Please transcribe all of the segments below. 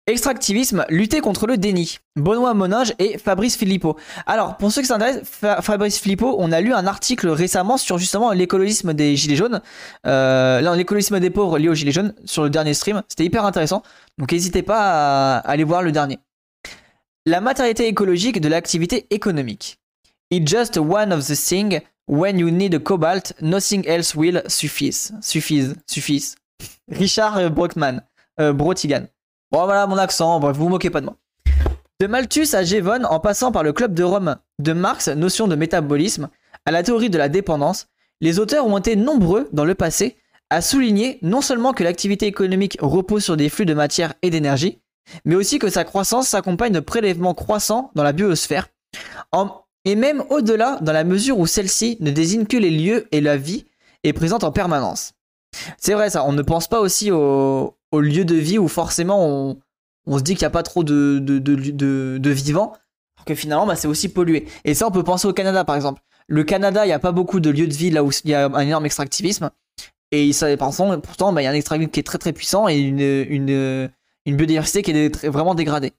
Extractivisme, lutter contre le déni. Benoît Monage et Fabrice Philippot. Alors, pour ceux qui s'intéressent, Fabrice Philippot, on a lu un article récemment sur justement l'écologisme des gilets jaunes. L'écologisme des pauvres lié aux gilets jaunes sur le dernier stream. C'était hyper intéressant. Donc, n'hésitez pas à aller voir le dernier. La matérialité écologique de l'activité économique. It's just one of the things when you need a cobalt, nothing else will suffise. Richard Brotigan. Bon voilà mon accent, bref, vous vous moquez pas de moi. De Malthus à Jevon, en passant par le Club de Rome de Marx, notion de métabolisme, à la théorie de la dépendance, les auteurs ont été nombreux dans le passé à souligner non seulement que l'activité économique repose sur des flux de matière et d'énergie, mais aussi que sa croissance s'accompagne de prélèvements croissants dans la biosphère, et même au-delà dans la mesure où celle-ci ne désigne que les lieux et la vie est présente en permanence. C'est vrai ça, on ne pense pas aussi au lieu de vie où forcément on se dit qu'il n'y a pas trop de vivants, alors que finalement c'est aussi pollué. Et ça on peut penser au Canada par exemple. Le Canada, il n'y a pas beaucoup de lieux de vie là où il y a un énorme extractivisme, et pourtant il y a un extractivisme qui est très très puissant et une biodiversité qui est vraiment dégradée.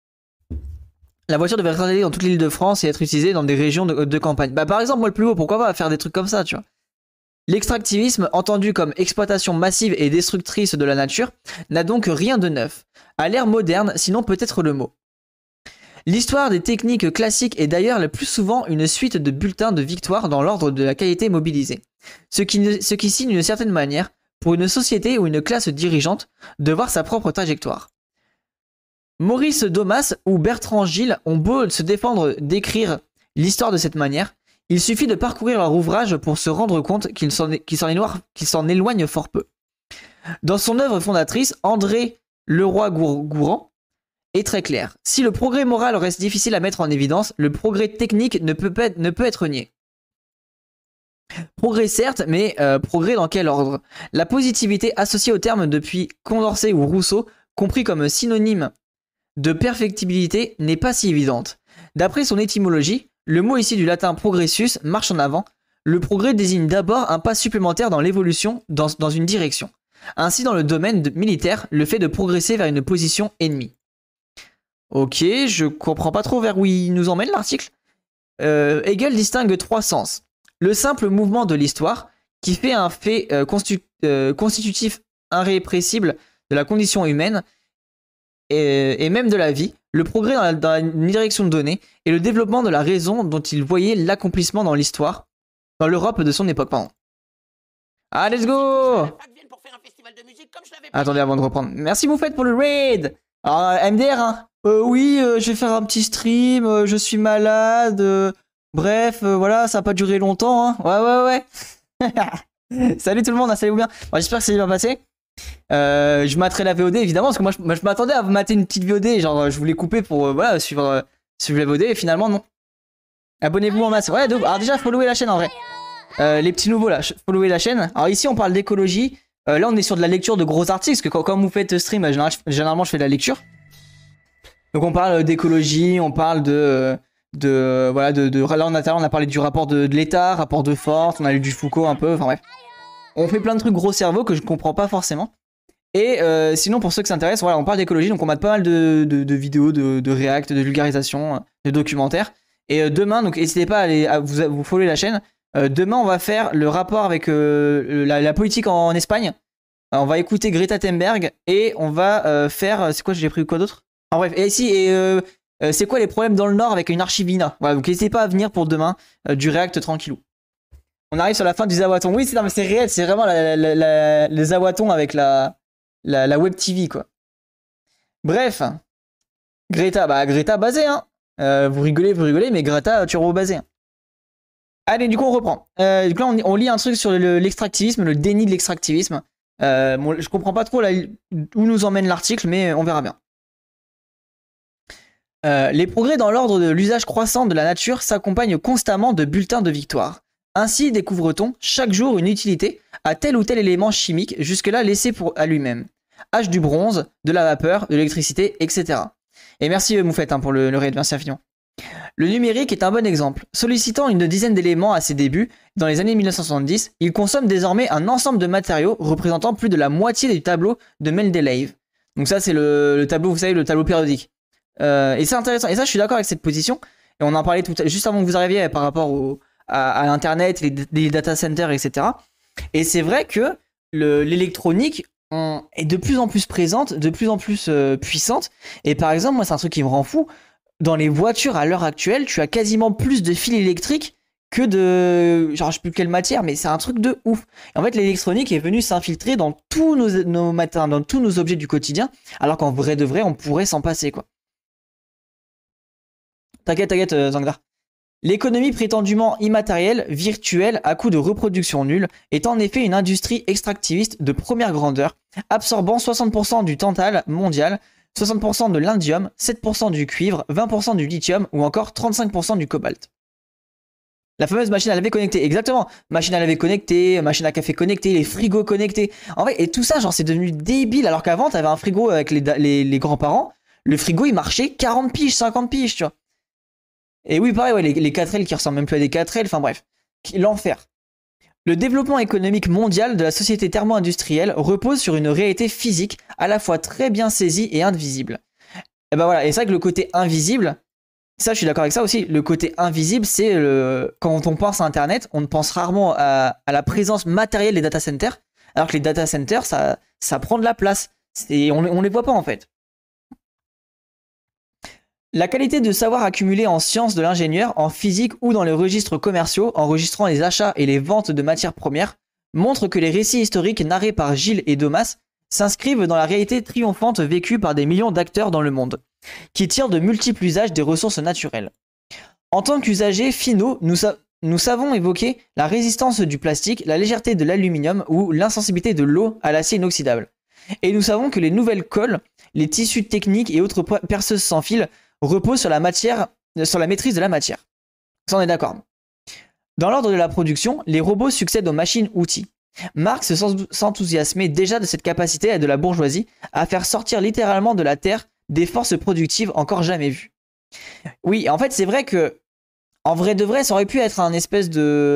La voiture devrait être installée dans toute l'île de France et être utilisée dans des régions de campagne. Bah par exemple moi le plus haut, pourquoi pas faire des trucs comme ça, tu vois. L'extractivisme, entendu comme exploitation massive et destructrice de la nature, n'a donc rien de neuf. À l'ère moderne, sinon peut-être le mot. L'histoire des techniques classiques est d'ailleurs le plus souvent une suite de bulletins de victoire dans l'ordre de la qualité mobilisée. Ce qui signe d'une certaine manière, pour une société ou une classe dirigeante, de voir sa propre trajectoire. Maurice Domas ou Bertrand Gilles ont beau se défendre d'écrire l'histoire de cette manière, il suffit de parcourir leur ouvrage pour se rendre compte qu'il s'en éloigne fort peu. Dans son œuvre fondatrice, André Leroy-Gourand est très clair. Si le progrès moral reste difficile à mettre en évidence, le progrès technique ne peut être nié. Progrès certes, mais progrès dans quel ordre? La positivité associée au terme depuis Condorcet ou Rousseau, compris comme synonyme de perfectibilité, n'est pas si évidente. D'après son étymologie, le mot ici du latin progressus, marche en avant. Le progrès désigne d'abord un pas supplémentaire dans l'évolution dans une direction. Ainsi, dans le domaine militaire, le fait de progresser vers une position ennemie. Ok, je comprends pas trop vers où il nous emmène l'article. Hegel distingue trois sens. Le simple mouvement de l'histoire, qui fait un fait constitutif irrépressible de la condition humaine et même de la vie, le progrès dans une direction donnée et le développement de la raison dont il voyait l'accomplissement dans l'histoire, dans l'Europe de son époque, pardon. Ah, let's go! Attendez avant de reprendre. Merci Moufette pour le raid! Alors, MDR, hein? Oui, je vais faire un petit stream, je suis malade, bref, voilà, ça va pas durer longtemps, hein? Ouais. Salut tout le monde, salut-vous bien. Bon, j'espère que ça s'est bien passé. Je materai la VOD évidemment parce que moi je m'attendais à mater une petite VOD, genre je voulais couper pour voilà, suivre la VOD et finalement non. Abonnez-vous en masse. Ouais, alors déjà followez la chaîne en vrai. Les petits nouveaux là, followez la chaîne. Alors ici on parle d'écologie. Là on est sur de la lecture de gros articles parce que quand vous faites stream, généralement je fais de la lecture. Donc on parle d'écologie, on parle là on a parlé du rapport de l'État, rapport de force, on a lu du Foucault un peu, enfin bref. On fait plein de trucs gros cerveau que je comprends pas forcément. Et sinon, pour ceux qui s'intéressent, voilà, on parle d'écologie, donc on mate pas mal de vidéos, de réact, de vulgarisation, de documentaires. Et demain, donc n'hésitez pas à vous follower la chaîne. Demain, on va faire le rapport avec la politique en Espagne. On va écouter Greta Thunberg et on va faire... c'est quoi, j'ai pris quoi d'autre? En bref, et ici, c'est quoi les problèmes dans le Nord avec une archivina? Voilà, donc n'hésitez pas à venir pour demain du réact tranquillou. On arrive sur la fin du Zawaton. Oui, c'est réel, c'est vraiment le Zawaton avec la web TV, quoi. Bref. Greta basé, hein. Vous rigolez, mais Greta turbo basé. Hein. Allez, du coup, on reprend. Du coup, là, on lit un truc sur l'extractivisme, le déni de l'extractivisme. Je comprends pas trop là, où nous emmène l'article, mais on verra bien. Les progrès dans l'ordre de l'usage croissant de la nature s'accompagnent constamment de bulletins de victoire. Ainsi découvre-t-on chaque jour une utilité à tel ou tel élément chimique jusque-là laissé à lui-même. Âge du bronze, de la vapeur, de l'électricité, etc. Et merci Moufette pour le raid, merci infiniment. Le numérique est un bon exemple. Sollicitant une dizaine d'éléments à ses débuts, dans les années 1970, il consomme désormais un ensemble de matériaux représentant plus de la moitié du tableau de Mendeleev. Donc ça, c'est le tableau, vous savez, le tableau périodique. Et c'est intéressant. Et ça, je suis d'accord avec cette position. Et on en parlait juste avant que vous arriviez par rapport à Internet, les data centers, etc. Et c'est vrai que l'électronique est de plus en plus présente, de plus en plus puissante. Et par exemple, moi, c'est un truc qui me rend fou. Dans les voitures à l'heure actuelle, tu as quasiment plus de fils électriques que de... Genre, je sais plus quelle matière, mais c'est un truc de ouf. Et en fait, l'électronique est venue s'infiltrer dans tous nos matins, dans tous nos objets du quotidien, alors qu'en vrai de vrai, on pourrait s'en passer, quoi. T'inquiète, Zangdar. L'économie prétendument immatérielle, virtuelle, à coût de reproduction nulle, est en effet une industrie extractiviste de première grandeur, absorbant 60% du tantal mondial, 60% de l'indium, 7% du cuivre, 20% du lithium ou encore 35% du cobalt. La fameuse machine à laver connectée, exactement. Machine à laver connectée, machine à café connectée, les frigos connectés. En fait, et tout ça, genre, c'est devenu débile. Alors qu'avant, t'avais un frigo avec les grands-parents. Le frigo, il marchait 40 piges, 50 piges, tu vois. Et oui, pareil, ouais, les 4L qui ressemblent même plus à des 4L, enfin bref. L'enfer. Le développement économique mondial de la société thermo-industrielle repose sur une réalité physique à la fois très bien saisie et invisible. Et ben voilà, et c'est vrai que le côté invisible, ça je suis d'accord avec ça aussi, le côté invisible, c'est quand on pense à Internet, on pense rarement à la présence matérielle des data centers, alors que les data centers, ça prend de la place. On les voit pas en fait. La qualité de savoir accumulé en sciences de l'ingénieur, en physique ou dans les registres commerciaux, enregistrant les achats et les ventes de matières premières, montre que les récits historiques narrés par Gilles et Domas s'inscrivent dans la réalité triomphante vécue par des millions d'acteurs dans le monde, qui tirent de multiples usages des ressources naturelles. En tant qu'usagers finaux, nous savons évoquer la résistance du plastique, la légèreté de l'aluminium ou l'insensibilité de l'eau à l'acier inoxydable. Et nous savons que les nouvelles colles, les tissus techniques et autres perceuses sans fil repose sur la maîtrise de la matière. Ça, on est d'accord. Dans l'ordre de la production, les robots succèdent aux machines-outils. Marx s'enthousiasmait déjà de cette capacité de la bourgeoisie à faire sortir littéralement de la terre des forces productives encore jamais vues. Oui, en fait, c'est vrai que, en vrai de vrai, ça aurait pu être un espèce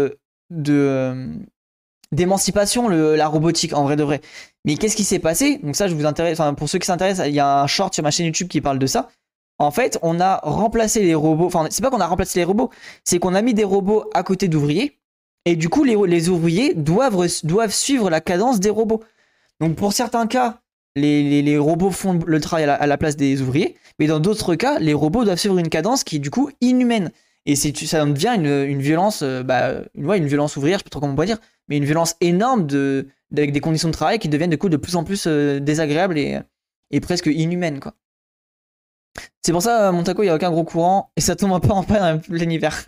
d'émancipation, la robotique, en vrai de vrai. Mais qu'est-ce qui s'est passé? Donc ça, je vous intéresse, enfin, pour ceux qui s'intéressent, il y a un short sur ma chaîne YouTube qui parle de ça. En fait, on a remplacé les robots. Enfin, c'est pas qu'on a remplacé les robots, c'est qu'on a mis des robots à côté d'ouvriers. Et du coup, les ouvriers doivent suivre la cadence des robots. Donc, pour certains cas, les robots font le travail à la place des ouvriers. Mais dans d'autres cas, les robots doivent suivre une cadence qui est du coup inhumaine. Et ça devient une violence, une violence ouvrière, je sais pas trop comment on pourrait dire, mais une violence énorme avec des conditions de travail qui deviennent du coup de plus en plus désagréables et presque inhumaines, quoi. C'est pour ça, mon taco, il n'y a aucun gros courant et ça tombe pas en panne en plein hiver.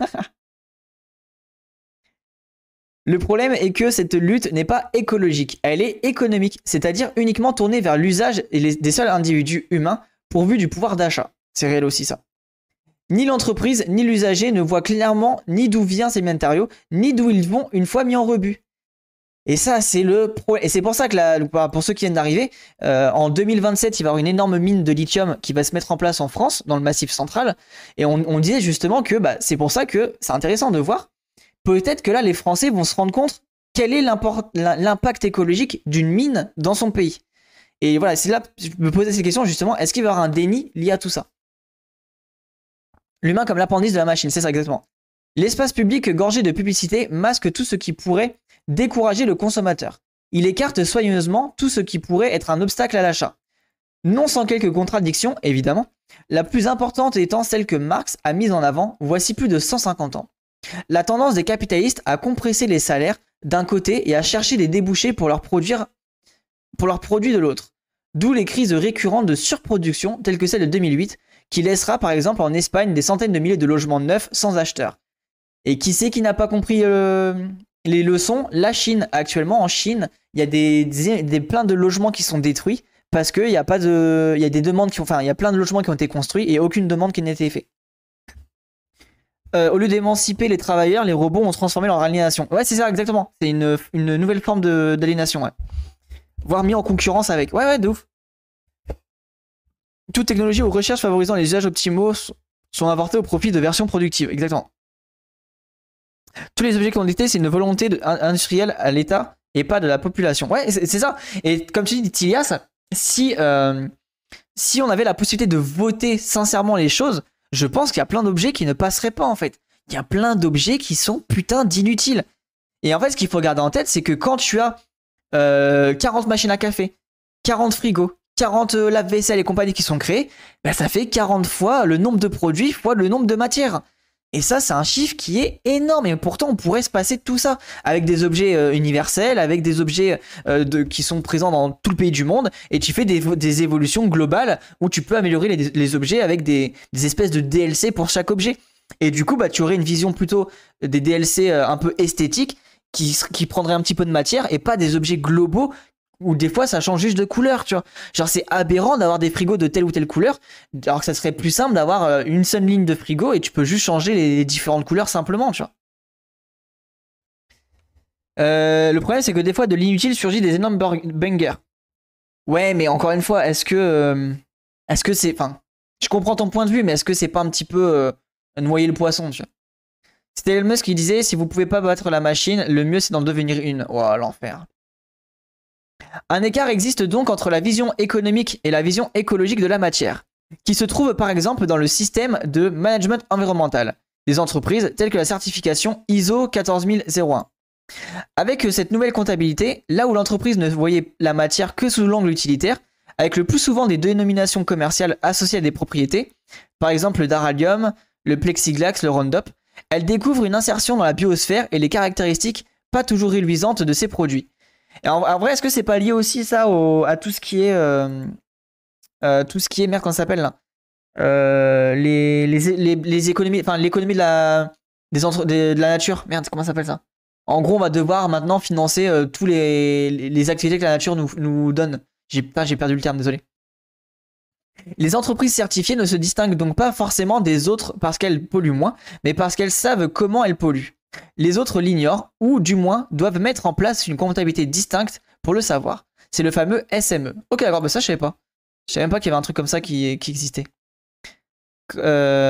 Le problème est que cette lutte n'est pas écologique, elle est économique, c'est-à-dire uniquement tournée vers l'usage des seuls individus humains pourvus du pouvoir d'achat. C'est réel aussi ça. Ni l'entreprise, ni l'usager ne voient clairement ni d'où viennent ces matériaux, ni d'où ils vont une fois mis en rebut. Et ça, c'est le problème. Et c'est pour ça que, pour ceux qui viennent d'arriver, en 2027, il va y avoir une énorme mine de lithium qui va se mettre en place en France, dans le Massif central. Et on disait justement que c'est pour ça que c'est intéressant de voir. Peut-être que là, les Français vont se rendre compte quel est l'impact écologique d'une mine dans son pays. Et voilà, c'est là que je me posais ces questions justement. Est-ce qu'il va y avoir un déni lié à tout ça? L'humain comme l'appendice de la machine, c'est ça exactement. L'espace public gorgé de publicité masque tout ce qui pourrait décourager le consommateur. Il écarte soigneusement tout ce qui pourrait être un obstacle à l'achat. Non sans quelques contradictions, évidemment, la plus importante étant celle que Marx a mise en avant voici plus de 150 ans. La tendance des capitalistes à compresser les salaires d'un côté et à chercher des débouchés pour leurs produits de l'autre. D'où les crises récurrentes de surproduction telles que celle de 2008 qui laissera par exemple en Espagne des centaines de milliers de logements neufs sans acheteurs. Et qui c'est qui n'a pas compris les leçons? La Chine. Actuellement en Chine, il y a plein de logements qui sont détruits parce qu'il y a des demandes il y a plein de logements qui ont été construits et aucune demande qui n'a été faite. Au lieu d'émanciper les travailleurs, les robots ont transformé leur aliénation. Ouais, c'est ça, exactement. C'est une nouvelle forme d'aliénation, ouais. Voire mis en concurrence avec. Ouais, de ouf. Toute technologie ou recherche favorisant les usages optimaux sont avortées au profit de versions productives. Exactement. Tous les objets qui ont été, c'est une volonté industrielle à l'État et pas de la population. Ouais, c'est ça. Et comme tu dis, Tilias, si Si on avait la possibilité de voter sincèrement les choses, je pense qu'il y a plein d'objets qui ne passeraient pas en fait. Il y a plein d'objets qui sont putain d'inutiles. Et en fait, ce qu'il faut garder en tête, c'est que quand tu as 40 machines à café, 40 frigos, 40 lave-vaisselle et compagnie qui sont créés, bah, ça fait 40 fois le nombre de produits fois le nombre de matières. Et ça, c'est un chiffre qui est énorme. Et pourtant, on pourrait se passer de tout ça avec des objets universels, avec des objets qui sont présents dans tout le pays du monde. Et tu fais des évolutions globales où tu peux améliorer les objets avec des espèces de DLC pour chaque objet. Et du coup, bah, tu aurais une vision plutôt des DLC un peu esthétiques qui prendraient un petit peu de matière et pas des objets globaux où des fois ça change juste de couleur, tu vois. Genre c'est aberrant d'avoir des frigos de telle ou telle couleur, alors que ça serait plus simple d'avoir une seule ligne de frigo et tu peux juste changer les différentes couleurs simplement, tu vois. Le problème c'est que des fois de l'inutile surgit des énormes bangers. Ouais, mais encore une fois, est-ce que c'est... Enfin, je comprends ton point de vue, mais est-ce que c'est pas un petit peu noyer le poisson, tu vois. C'était Elon Musk qui disait, si vous pouvez pas battre la machine, le mieux c'est d'en devenir une. Oh, l'enfer. Un écart existe donc entre la vision économique et la vision écologique de la matière, qui se trouve par exemple dans le système de management environnemental des entreprises telles que la certification ISO 14001. Avec cette nouvelle comptabilité, là où l'entreprise ne voyait la matière que sous l'angle utilitaire, avec le plus souvent des dénominations commerciales associées à des propriétés, par exemple le daralium, le plexiglas, le Roundup, elle découvre une insertion dans la biosphère et les caractéristiques pas toujours réluisantes de ces produits. Et en vrai, est-ce que c'est pas lié aussi ça à tout ce qui est merde, comment ça s'appelle là, les économies, enfin l'économie de de la nature, merde, comment ça s'appelle ça? En gros, on va devoir maintenant financer tous les activités que la nature nous donne. J'ai perdu le terme, désolé. Les entreprises certifiées ne se distinguent donc pas forcément des autres parce qu'elles polluent moins, mais parce qu'elles savent comment elles polluent. Les autres l'ignorent, ou du moins doivent mettre en place une comptabilité distincte pour le savoir. C'est le fameux SME. Ok, d'accord, bah ça je savais pas. Je savais même pas qu'il y avait un truc comme ça qui existait. Comme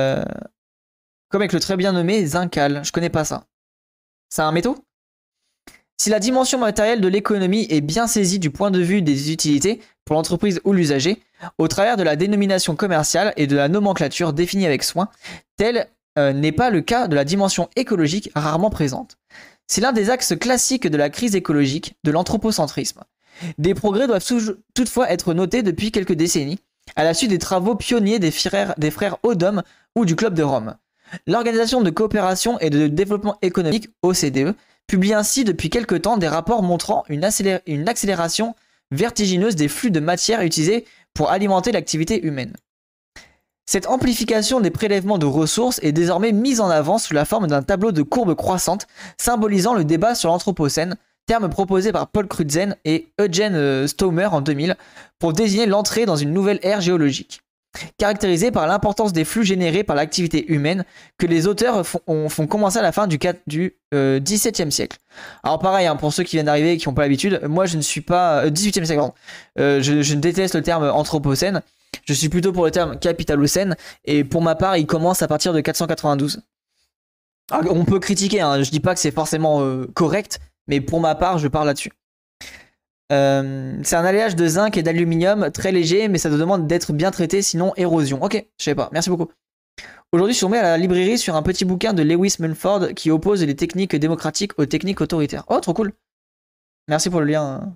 avec le très bien nommé Zincal, je connais pas ça. C'est un métaux? Si la dimension matérielle de l'économie est bien saisie du point de vue des utilités pour l'entreprise ou l'usager, au travers de la dénomination commerciale et de la nomenclature définie avec soin, tel n'est pas le cas de la dimension écologique rarement présente. C'est l'un des axes classiques de la crise écologique, de l'anthropocentrisme. Des progrès doivent toutefois être notés depuis quelques décennies, à la suite des travaux pionniers des frères Odom ou du Club de Rome. L'Organisation de coopération et de développement économique, OCDE, publie ainsi depuis quelque temps des rapports montrant une accélération vertigineuse des flux de matière utilisés pour alimenter l'activité humaine. Cette amplification des prélèvements de ressources est désormais mise en avant sous la forme d'un tableau de courbes croissantes symbolisant le débat sur l'anthropocène, terme proposé par Paul Crutzen et Eugene Staumer en 2000 pour désigner l'entrée dans une nouvelle ère géologique, caractérisée par l'importance des flux générés par l'activité humaine que les auteurs font commencer à la fin du XVIIe siècle. Alors pareil, hein, pour ceux qui viennent d'arriver et qui n'ont pas l'habitude, moi je ne suis pas... XVIIIe siècle, pardon. Je déteste le terme anthropocène. Je suis plutôt pour le terme capitalocène, et pour ma part, il commence à partir de 492. Alors, on peut critiquer, hein, je dis pas que c'est forcément correct, mais pour ma part, je parle là-dessus. C'est un alliage de zinc et d'aluminium très léger, mais ça te demande d'être bien traité, sinon érosion. Ok, je sais pas, merci beaucoup. Aujourd'hui, je suis tombé à la librairie sur un petit bouquin de Lewis Mumford qui oppose les techniques démocratiques aux techniques autoritaires. Oh, trop cool. Merci pour le lien.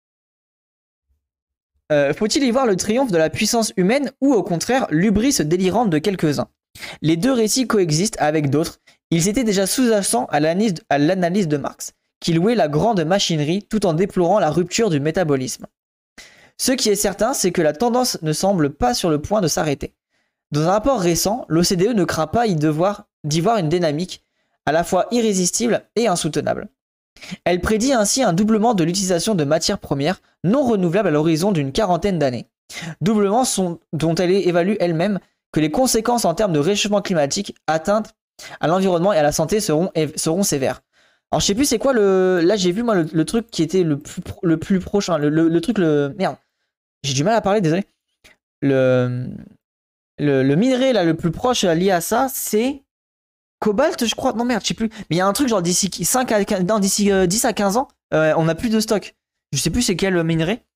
Faut-il y voir le triomphe de la puissance humaine ou au contraire l'hubris délirante de quelques-uns? Les deux récits coexistent avec d'autres. Ils étaient déjà sous-jacents à l'analyse de Marx, qui louait la grande machinerie tout en déplorant la rupture du métabolisme. Ce qui est certain, c'est que la tendance ne semble pas sur le point de s'arrêter. Dans un rapport récent, l'OCDE ne craint pas d'y voir une dynamique à la fois irrésistible et insoutenable. Elle prédit ainsi un doublement de l'utilisation de matières premières non renouvelables à l'horizon d'une quarantaine d'années. Doublement dont elle évalue elle-même que les conséquences en termes de réchauffement climatique, atteintes à l'environnement et à la santé seront sévères. Alors je sais plus c'est quoi là j'ai vu moi le truc qui était le plus proche, hein, le truc merde. J'ai du mal à parler, désolé. Le minerai là le plus proche lié à ça, c'est cobalt, je crois. Non merde, je sais plus. Mais il y a un truc genre d'ici 10 à 15 ans, on n'a plus de stock. Je sais plus c'est quel minerai.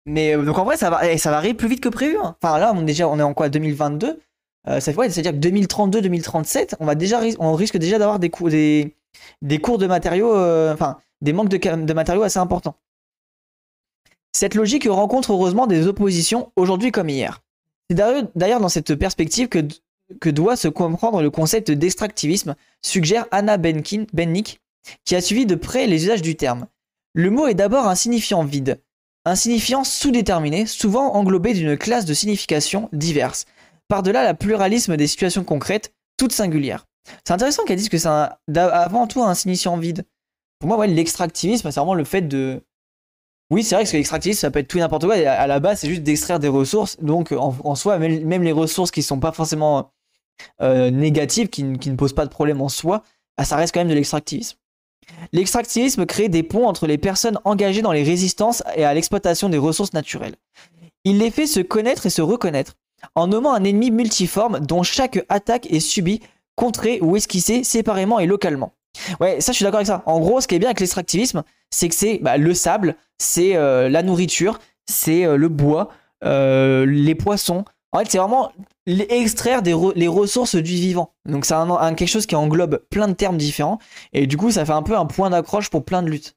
Mais donc en vrai, ça va arriver plus vite que prévu, hein. Enfin là, on est en quoi, 2022? Ça fait, ouais, c'est-à-dire que 2032, 2037, on risque déjà d'avoir des cours de matériaux, enfin, des manques de matériaux assez importants. Cette logique rencontre heureusement des oppositions aujourd'hui comme hier. C'est d'ailleurs dans cette perspective que doit se comprendre le concept d'extractivisme, suggère Anna Bennick, qui a suivi de près les usages du terme. Le mot est d'abord un signifiant vide, un signifiant sous-déterminé, souvent englobé d'une classe de significations diverses, par-delà le pluralisme des situations concrètes, toutes singulières. C'est intéressant qu'elle dise que c'est avant tout un signifiant vide. Pour moi, ouais, l'extractivisme, c'est vraiment le fait de... Oui, c'est vrai que l'extractivisme, ça peut être tout et n'importe quoi, et à la base, c'est juste d'extraire des ressources, donc en soi, même les ressources qui sont pas forcément négatives, qui ne posent pas de problème en soi, bah, ça reste quand même de l'extractivisme. L'extractivisme crée des ponts entre les personnes engagées dans les résistances et à l'exploitation des ressources naturelles. Il les fait se connaître et se reconnaître, en nommant un ennemi multiforme dont chaque attaque est subie, contrée ou esquissée séparément et localement. Ouais, ça je suis d'accord avec ça. En gros, ce qui est bien avec l'extractivisme, c'est que c'est le sable, c'est la nourriture, c'est le bois, les poissons. En fait, c'est vraiment extraire les ressources du vivant. Donc c'est quelque chose qui englobe plein de termes différents. Et du coup, ça fait un peu un point d'accroche pour plein de luttes.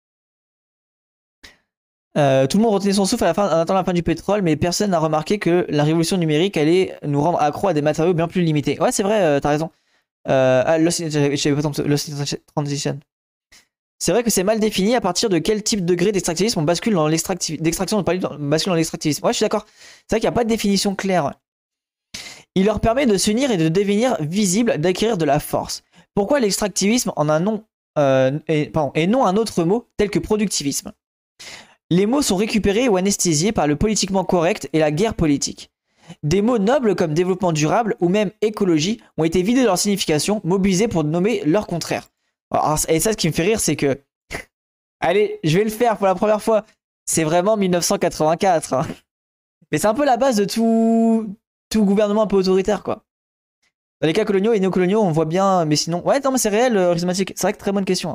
Tout le monde retenait son souffle en attendant la fin du pétrole, mais personne n'a remarqué que la révolution numérique allait nous rendre accro à des matériaux bien plus limités. Ouais, c'est vrai, t'as raison. Lost in Transition. C'est vrai que c'est mal défini à partir de quel type de degré d'extractivisme on bascule dans l'extraction, bascule dans l'extractivisme. Ouais, je suis d'accord. C'est vrai qu'il n'y a pas de définition claire. Il leur permet de s'unir et de devenir visibles, d'acquérir de la force. Pourquoi l'extractivisme en un nom et non un autre mot tel que productivisme? Les mots sont récupérés ou anesthésiés par le politiquement correct et la guerre politique. Des mots nobles comme développement durable ou même écologie ont été vidés de leur signification, mobilisés pour nommer leur contraire. Alors, et ça, ce qui me fait rire, c'est que... Allez, je vais le faire pour la première fois. C'est vraiment 1984. Hein. Mais c'est un peu la base de tout gouvernement un peu autoritaire, quoi. Dans les cas coloniaux et néocoloniaux, on voit bien... Mais sinon... Ouais, non, mais c'est réel, Rhizomatic. C'est vrai que très bonne question.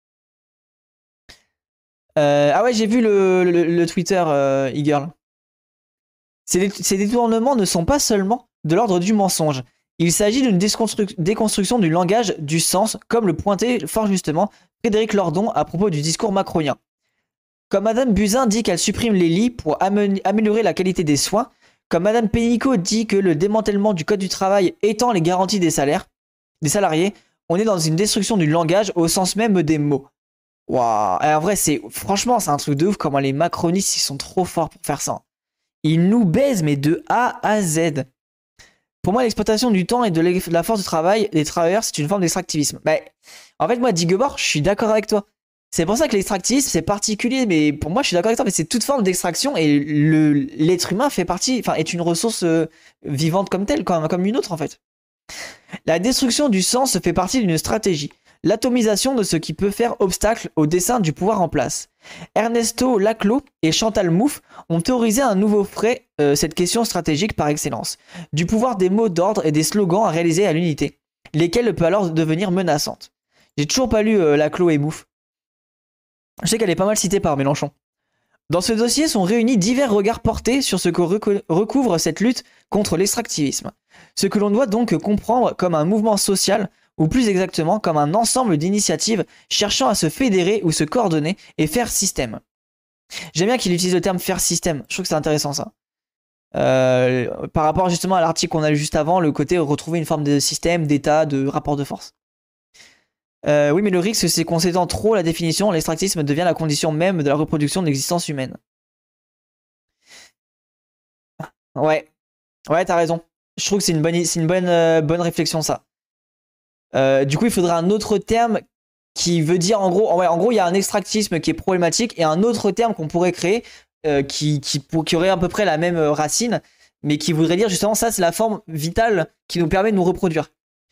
Ah ouais, j'ai vu le Twitter, e-girl. Ces détournements ne sont pas seulement de l'ordre du mensonge. Il s'agit d'une déconstruction du langage, du sens, comme le pointait fort justement Frédéric Lordon à propos du discours macronien. Comme Madame Buzyn dit qu'elle supprime les lits pour améliorer la qualité des soins, comme Madame Pénicaud dit que le démantèlement du code du travail étend les garanties des salariés, on est dans une destruction du langage au sens même des mots. Waouh, en vrai, franchement, c'est un truc de ouf comment les macronistes ils sont trop forts pour faire ça. Ils nous baisent, mais de A à Z. Pour moi, l'exploitation du temps et de la force de travail des travailleurs, c'est une forme d'extractivisme. Bah, en fait, moi, Diguebord, je suis d'accord avec toi. C'est pour ça que l'extractivisme, c'est particulier, mais pour moi, je suis d'accord avec toi, mais c'est toute forme d'extraction et l'être humain est une ressource vivante comme telle, comme une autre, en fait. La destruction du sens fait partie d'une stratégie. L'atomisation de ce qui peut faire obstacle au dessein du pouvoir en place. Ernesto Laclos et Chantal Mouffe ont théorisé un nouveau frais cette question stratégique par excellence, du pouvoir des mots d'ordre et des slogans à réaliser à l'unité, lesquels peut alors devenir menaçantes. J'ai toujours pas lu Laclos et Mouffe. Je sais qu'elle est pas mal citée par Mélenchon. Dans ce dossier sont réunis divers regards portés sur ce que recouvre cette lutte contre l'extractivisme, ce que l'on doit donc comprendre comme un mouvement social ou plus exactement comme un ensemble d'initiatives cherchant à se fédérer ou se coordonner et faire système. J'aime bien qu'il utilise le terme faire système, je trouve que c'est intéressant ça. Par rapport justement à l'article qu'on a lu juste avant, le côté retrouver une forme de système, d'état, de rapport de force. Oui, mais le risque, c'est qu'en s'étend trop la définition, l'extractivisme devient la condition même de la reproduction de l'existence humaine. Ouais, ouais, t'as raison. Je trouve que c'est une bonne réflexion ça. Du coup, il faudrait un autre terme qui veut dire en gros, il y a un extractivisme qui est problématique et un autre terme qu'on pourrait créer qui aurait à peu près la même racine, mais qui voudrait dire justement ça, c'est la forme vitale qui nous permet de nous reproduire.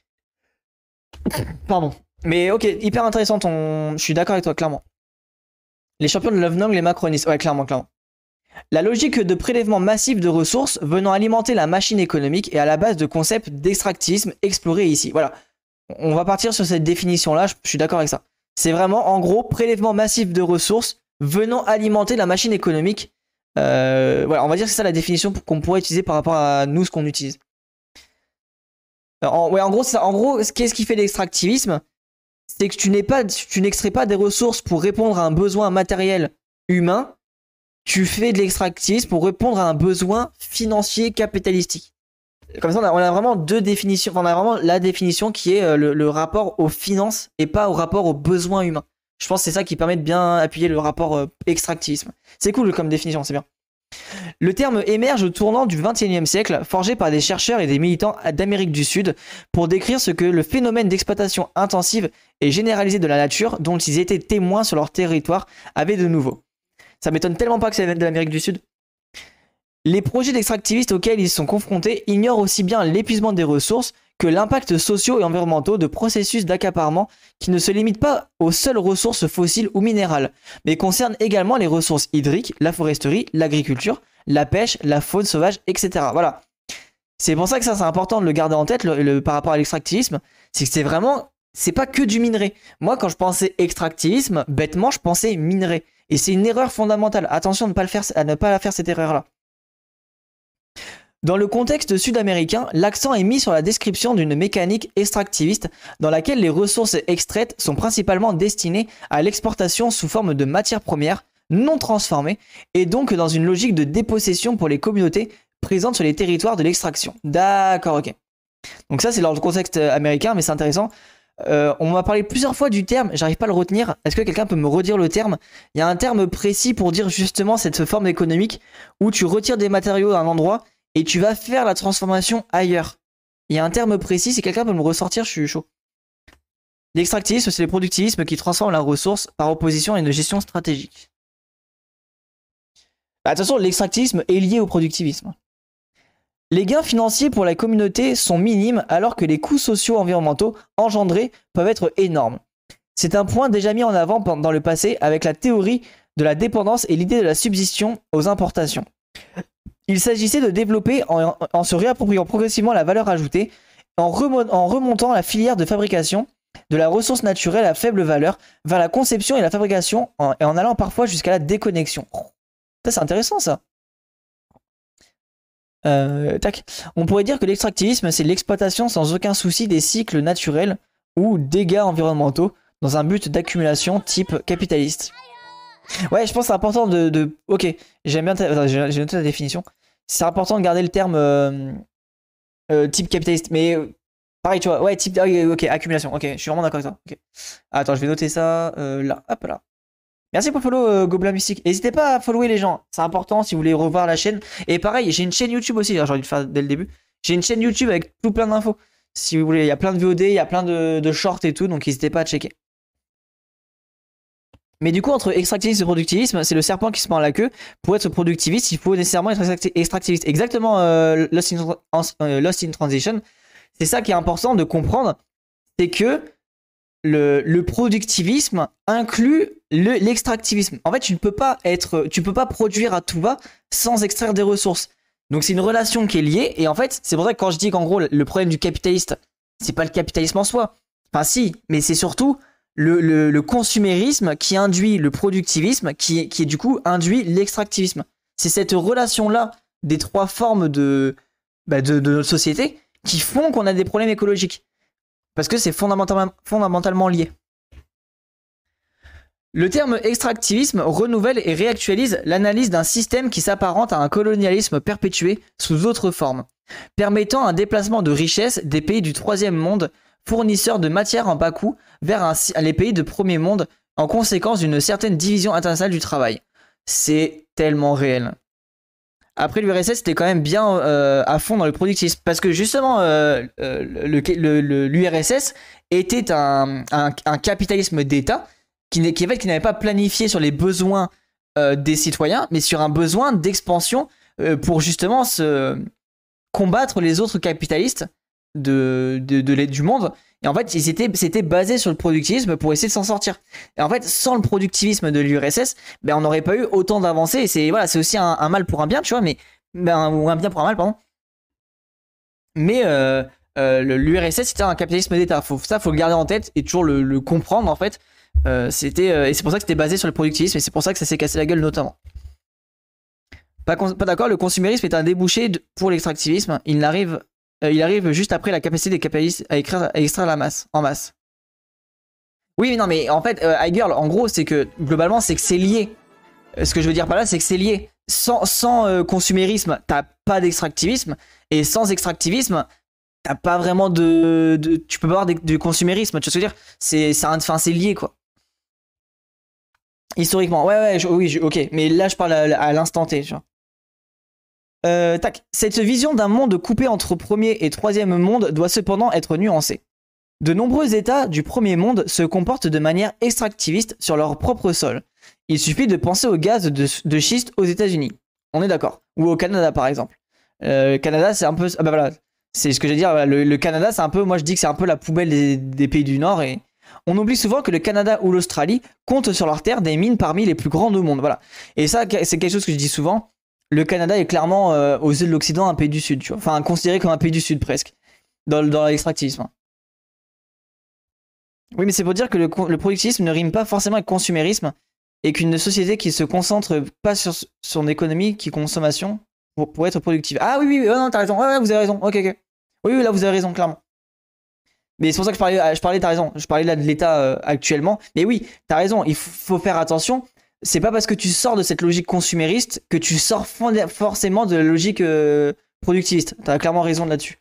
Pardon. Mais ok, hyper intéressant je suis d'accord avec toi, clairement. Les champions de Lovenong, les macronistes. Ouais, clairement. La logique de prélèvement massif de ressources venant alimenter la machine économique est à la base de concepts d'extractivisme explorés ici. Voilà. On va partir sur cette définition-là, je suis d'accord avec ça. C'est vraiment, en gros, prélèvement massif de ressources venant alimenter la machine économique Voilà, on va dire que c'est ça la définition qu'on pourrait utiliser par rapport à nous, ce qu'on utilise. Ouais, en gros, c'est ça. En gros, qu'est-ce qui fait l'extractivisme? C'est que tu n'extrais pas des ressources pour répondre à un besoin matériel humain. Tu fais de l'extractivisme pour répondre à un besoin financier capitalistique. Comme ça, on a vraiment deux définitions. Enfin, on a vraiment la définition qui est le rapport aux finances et pas au rapport aux besoins humains. Je pense que c'est ça qui permet de bien appuyer le rapport extractivisme. C'est cool comme définition, c'est bien. Le terme émerge au tournant du XXIe siècle, forgé par des chercheurs et des militants d'Amérique du Sud pour décrire ce que le phénomène d'exploitation intensive et généralisée de la nature dont ils étaient témoins sur leur territoire avait de nouveau. Ça m'étonne tellement pas que ça vienne de l'Amérique du Sud. Les projets d'extractivistes auxquels ils sont confrontés ignorent aussi bien l'épuisement des ressources que l'impact sociaux et environnementaux de processus d'accaparement qui ne se limitent pas aux seules ressources fossiles ou minérales, mais concernent également les ressources hydriques, la foresterie, l'agriculture, la pêche, la faune sauvage, etc. Voilà. C'est pour ça que ça c'est important de le garder en tête par rapport à l'extractivisme, c'est que c'est pas que du minerai. Moi quand je pensais extractivisme, bêtement je pensais minerai. Et c'est une erreur fondamentale. Attention à ne pas faire cette erreur-là. Dans le contexte sud-américain, l'accent est mis sur la description d'une mécanique extractiviste dans laquelle les ressources extraites sont principalement destinées à l'exportation sous forme de matières premières non transformées et donc dans une logique de dépossession pour les communautés présentes sur les territoires de l'extraction. D'accord, ok. Donc ça c'est dans le contexte américain, mais c'est intéressant. On m'a parlé plusieurs fois du terme, j'arrive pas à le retenir. Est-ce que quelqu'un peut me redire le terme? Il y a un terme précis pour dire justement cette forme économique où tu retires des matériaux à un endroit et tu vas faire la transformation ailleurs. Il y a un terme précis, si quelqu'un peut me ressortir, je suis chaud. L'extractivisme, c'est le productivisme qui transforme la ressource par opposition à une gestion stratégique. Bah, attention, l'extractivisme est lié au productivisme. Les gains financiers pour la communauté sont minimes alors que les coûts sociaux environnementaux engendrés peuvent être énormes. C'est un point déjà mis en avant dans le passé avec la théorie de la dépendance et l'idée de la substitution aux importations. Il s'agissait de développer en se réappropriant progressivement la valeur ajoutée, en remontant la filière de fabrication de la ressource naturelle à faible valeur vers la conception et la fabrication et en allant parfois jusqu'à la déconnexion. Ça, c'est intéressant ça. Tac. On pourrait dire que l'extractivisme, c'est l'exploitation sans aucun souci des cycles naturels ou dégâts environnementaux dans un but d'accumulation type capitaliste. Ouais, je pense que c'est important de... Ok, j'aime bien... J'ai noté la définition. C'est important de garder le terme type capitaliste. Mais pareil, tu vois. Ouais, type... Ok, accumulation. Ok, je suis vraiment d'accord avec toi. Okay. Attends, je vais noter ça là. Hop là. Merci pour le follow, Gobelin Mystique. N'hésitez pas à follower les gens. C'est important si vous voulez revoir la chaîne. Et pareil, j'ai une chaîne YouTube aussi. J'ai envie de faire dès le début. J'ai une chaîne YouTube avec tout plein d'infos. Si vous voulez, il y a plein de VOD, il y a plein de shorts et tout. Donc n'hésitez pas à checker. Mais du coup, entre extractivisme et productivisme, c'est le serpent qui se mord la queue. Pour être productiviste, il faut nécessairement être extractiviste. Exactement, Lost in Transition. C'est ça qui est important de comprendre. C'est que le productivisme inclut l'extractivisme. En fait, tu ne peux pas produire à tout va sans extraire des ressources. Donc c'est une relation qui est liée. Et en fait, c'est pour ça que quand je dis qu'en gros, le problème du capitaliste, c'est pas le capitalisme en soi. Enfin si, mais c'est surtout le consumérisme qui induit le productivisme, qui du coup induit l'extractivisme. C'est cette relation-là des trois formes de notre société qui font qu'on a des problèmes écologiques. Parce que c'est fondamentalement lié. Le terme extractivisme renouvelle et réactualise l'analyse d'un système qui s'apparente à un colonialisme perpétué sous d'autres formes, permettant un déplacement de richesses des pays du troisième monde, fournisseurs de matières en bas coût, vers les pays de premier monde, en conséquence d'une certaine division internationale du travail. C'est tellement réel. Après, l'URSS était quand même bien à fond dans le productivisme. Parce que justement, l'URSS était un capitalisme d'État qui n'avait pas planifié sur les besoins des citoyens, mais sur un besoin d'expansion pour justement combattre les autres capitalistes du monde. Et en fait, c'était basé sur le productivisme pour essayer de s'en sortir. Et en fait, sans le productivisme de l'URSS, ben, on n'aurait pas eu autant d'avancées. Et c'est aussi un mal pour un bien, tu vois, ou un bien pour un mal, pardon. Mais l'URSS, c'était un capitalisme d'État. Faut le garder en tête et toujours le comprendre, en fait. Et c'est pour ça que c'était basé sur le productivisme et c'est pour ça que ça s'est cassé la gueule, notamment. Pas d'accord, le consumérisme est un débouché pour l'extractivisme. Il arrive juste après la capacité des capitalistes à extraire la masse, en masse. Oui, non, mais en fait, iGirl, en gros, c'est que globalement, c'est que c'est lié. Ce que je veux dire par là, c'est que c'est lié. Sans consumérisme, t'as pas d'extractivisme. Et sans extractivisme, t'as pas vraiment tu peux pas avoir du consumérisme. Tu vois ce que je veux dire? C'est lié, quoi. Historiquement, oui, ok. Mais là, je parle à l'instant T, tu vois. Tac. Cette vision d'un monde coupé entre premier et troisième monde doit cependant être nuancée. De nombreux États du premier monde se comportent de manière extractiviste sur leur propre sol. Il suffit de penser au gaz de schiste aux États-Unis. On est d'accord. Ou au Canada, par exemple. Canada, c'est un peu. Ah bah voilà. C'est ce que j'allais dire. Voilà, le Canada, c'est un peu. Moi, je dis que c'est un peu la poubelle des pays du Nord. Et on oublie souvent que le Canada ou l'Australie comptent sur leur terre des mines parmi les plus grandes au monde. Voilà. Et ça, c'est quelque chose que je dis souvent. Le Canada est clairement, aux yeux de l'Occident, un pays du Sud. Tu vois. Enfin, considéré comme un pays du Sud, presque. Dans l'extractivisme. Oui, mais c'est pour dire que le productivisme ne rime pas forcément avec consumérisme et qu'une société qui se concentre pas sur son économie, qui consommation, pour être productive. Ah oui, non, t'as raison. Ouais, vous avez raison. Ok. Oui, là, vous avez raison, clairement. Mais c'est pour ça que je parlais, t'as raison. Je parlais là de l'État actuellement. Mais oui, t'as raison. Il faut faire attention. C'est pas parce que tu sors de cette logique consumériste que tu sors forcément de la logique productiviste. T'as clairement raison là-dessus.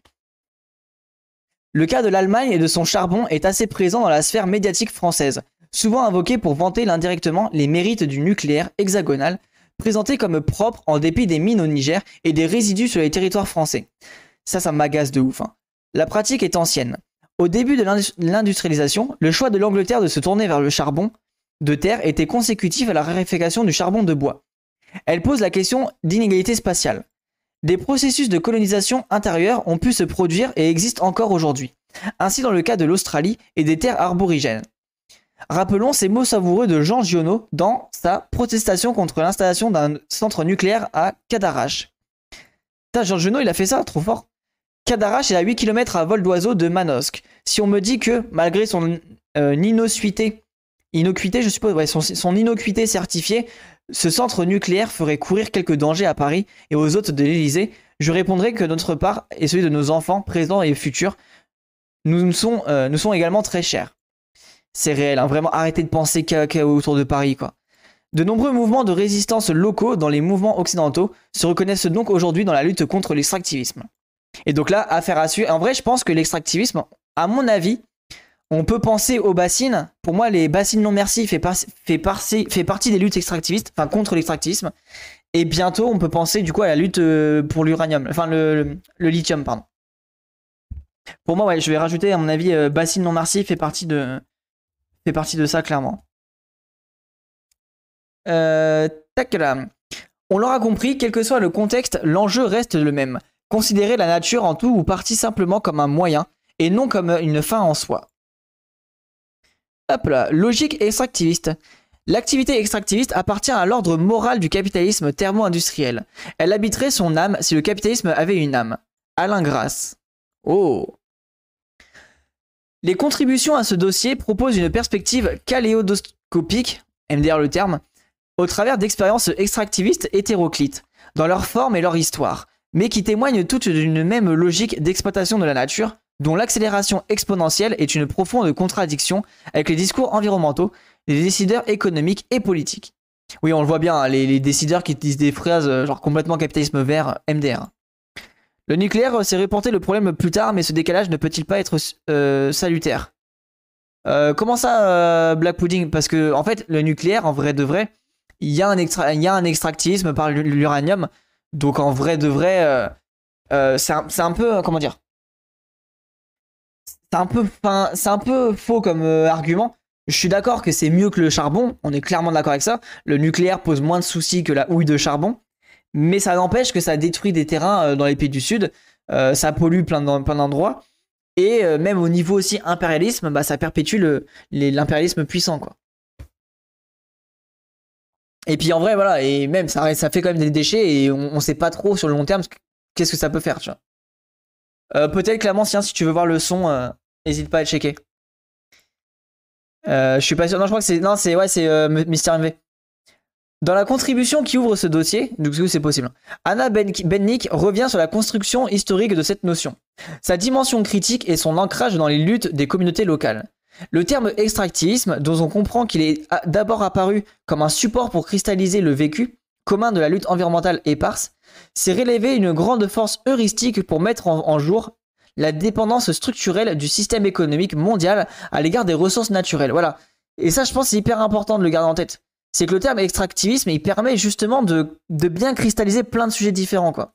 Le cas de l'Allemagne et de son charbon est assez présent dans la sphère médiatique française, souvent invoqué pour vanter indirectement les mérites du nucléaire hexagonal, présenté comme propre en dépit des mines au Niger et des résidus sur les territoires français. Ça m'agace de ouf. Hein. La pratique est ancienne. Au début de l'industrialisation, le choix de l'Angleterre de se tourner vers le charbon de terre était consécutif à la raréfaction du charbon de bois. Elle pose la question d'inégalité spatiale. Des processus de colonisation intérieure ont pu se produire et existent encore aujourd'hui, ainsi dans le cas de l'Australie et des terres arborigènes. Rappelons ces mots savoureux de Jean Giono dans sa protestation contre l'installation d'un centre nucléaire à Cadarache. Putain, Jean Giono, il a fait ça, trop fort. Cadarache est à 8 km à vol d'oiseau de Manosque. Si on me dit que, malgré son innocuité, je suppose, ouais, son innocuité certifiée, ce centre nucléaire ferait courir quelques dangers à Paris et aux hôtes de l'Élysée, je répondrai que notre part et celui de nos enfants, présents et futurs, nous sont également très chers. C'est réel, hein, vraiment, arrêtez de penser autour de Paris, quoi. De nombreux mouvements de résistance locaux dans les mouvements occidentaux se reconnaissent donc aujourd'hui dans la lutte contre l'extractivisme. Et donc là, affaire à suivre. En vrai, je pense que l'extractivisme, à mon avis, on peut penser aux bassines. Pour moi, les bassines non merci fait partie des luttes extractivistes, enfin contre l'extractivisme. Et bientôt, on peut penser du coup à la lutte pour l'uranium, enfin le lithium, pardon. Pour moi, ouais, je vais rajouter, à mon avis, bassines non merci fait partie de ça, clairement. Tac là. On l'aura compris, quel que soit le contexte, l'enjeu reste le même. Considérer la nature en tout ou partie simplement comme un moyen et non comme une fin en soi. Hop là, logique extractiviste. L'activité extractiviste appartient à l'ordre moral du capitalisme thermo-industriel. Elle habiterait son âme si le capitalisme avait une âme. Alain Grasse. Oh. Les contributions à ce dossier proposent une perspective kaléidoscopique, MDR le terme, au travers d'expériences extractivistes hétéroclites, dans leur forme et leur histoire, mais qui témoignent toutes d'une même logique d'exploitation de la nature, dont l'accélération exponentielle est une profonde contradiction avec les discours environnementaux, les décideurs économiques et politiques. Oui, on le voit bien, hein, les décideurs qui disent des phrases genre complètement capitalisme vert, MDR. Le nucléaire s'est reporté le problème plus tard, mais ce décalage ne peut-il pas être salutaire? Comment ça, Black Pudding? Parce que, en fait, le nucléaire, en vrai de vrai, il y a un extractivisme par l'uranium. Donc, en vrai de vrai, c'est un peu, comment dire? C'est un peu faux comme argument. Je suis d'accord que c'est mieux que le charbon. On est clairement d'accord avec ça. Le nucléaire pose moins de soucis que la houille de charbon. Mais ça n'empêche que ça détruit des terrains dans les pays du Sud. Ça pollue plein d'endroits. Et même au niveau aussi impérialisme, bah, ça perpétue l'impérialisme puissant, quoi. Et puis en vrai, voilà, et même ça fait quand même des déchets et on sait pas trop sur le long terme qu'est-ce que ça peut faire, tu vois. Peut-être clairement, si tu veux voir le son, n'hésite pas à le checker. Je suis pas sûr. Non, je crois que c'est Mister MV. Dans la contribution qui ouvre ce dossier, du coup c'est possible, Anna Bennick revient sur la construction historique de cette notion, sa dimension critique et son ancrage dans les luttes des communautés locales. Le terme extractivisme, dont on comprend qu'il est d'abord apparu comme un support pour cristalliser le vécu commun de la lutte environnementale éparse, s'est révélé une grande force heuristique pour mettre en jour la dépendance structurelle du système économique mondial à l'égard des ressources naturelles. Voilà. Et ça, je pense, c'est hyper important de le garder en tête. C'est que le terme extractivisme, il permet justement de bien cristalliser plein de sujets différents, quoi.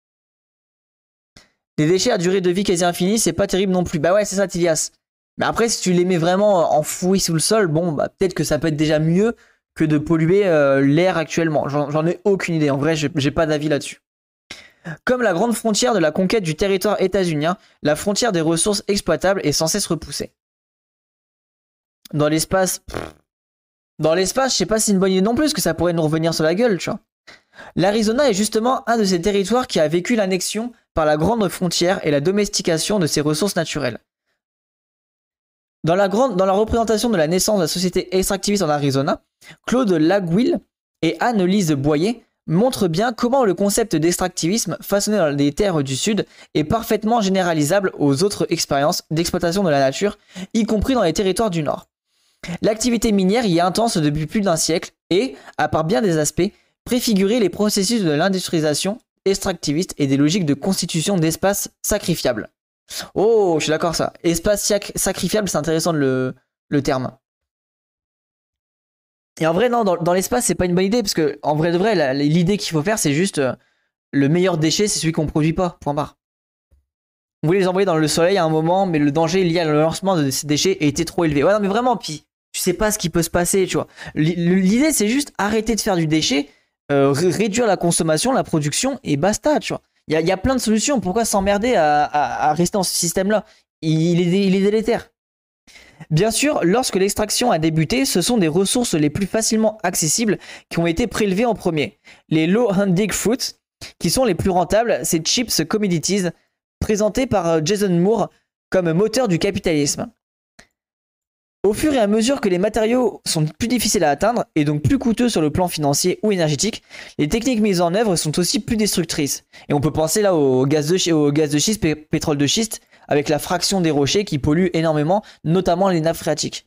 Les déchets à durée de vie quasi infinie, c'est pas terrible non plus. Bah ouais, c'est ça, Tilias. Mais après, si tu les mets vraiment enfouis sous le sol, bon, bah peut-être que ça peut être déjà mieux que de polluer l'air actuellement. J'en ai aucune idée. En vrai, j'ai pas d'avis là-dessus. Comme la grande frontière de la conquête du territoire états-unien, la frontière des ressources exploitables est sans cesse repoussée. Dans l'espace, je sais pas si c'est une bonne idée non plus, parce que ça pourrait nous revenir sur la gueule, tu vois. L'Arizona est justement un de ces territoires qui a vécu l'annexion par la grande frontière et la domestication de ses ressources naturelles. Dans la représentation de la naissance de la société extractiviste en Arizona, Claude Lagouille et Anne-Lise Boyer montrent bien comment le concept d'extractivisme façonné dans les terres du Sud est parfaitement généralisable aux autres expériences d'exploitation de la nature, y compris dans les territoires du Nord. L'activité minière y est intense depuis plus d'un siècle et, à part bien des aspects, préfigurer les processus de l'industrialisation extractiviste et des logiques de constitution d'espaces sacrifiables. Oh, je suis d'accord ça. Espace sacrifiable, c'est intéressant le terme. Et en vrai, non, dans l'espace, c'est pas une bonne idée, parce que, en vrai de vrai, l'idée qu'il faut faire, c'est juste le meilleur déchet, c'est celui qu'on produit pas, point barre. Vous voulez les envoyer dans le soleil à un moment, mais le danger lié au lancement de ces déchets était trop élevé. Ouais, non, mais vraiment, puis tu sais pas ce qui peut se passer, tu vois. L'idée, c'est juste arrêter de faire du déchet, réduire la consommation, la production, et basta, tu vois. Il y a plein de solutions. Pourquoi s'emmerder à rester dans ce système-là? Il est délétère. Bien sûr, lorsque l'extraction a débuté, ce sont des ressources les plus facilement accessibles qui ont été prélevées en premier. Les low-hanging fruits, qui sont les plus rentables, ces chips commodities, présentés par Jason Moore comme moteur du capitalisme. Au fur et à mesure que les matériaux sont plus difficiles à atteindre et donc plus coûteux sur le plan financier ou énergétique, les techniques mises en œuvre sont aussi plus destructrices. Et on peut penser là au gaz de schiste, pétrole de schiste, avec la fraction des rochers qui polluent énormément, notamment les nappes phréatiques.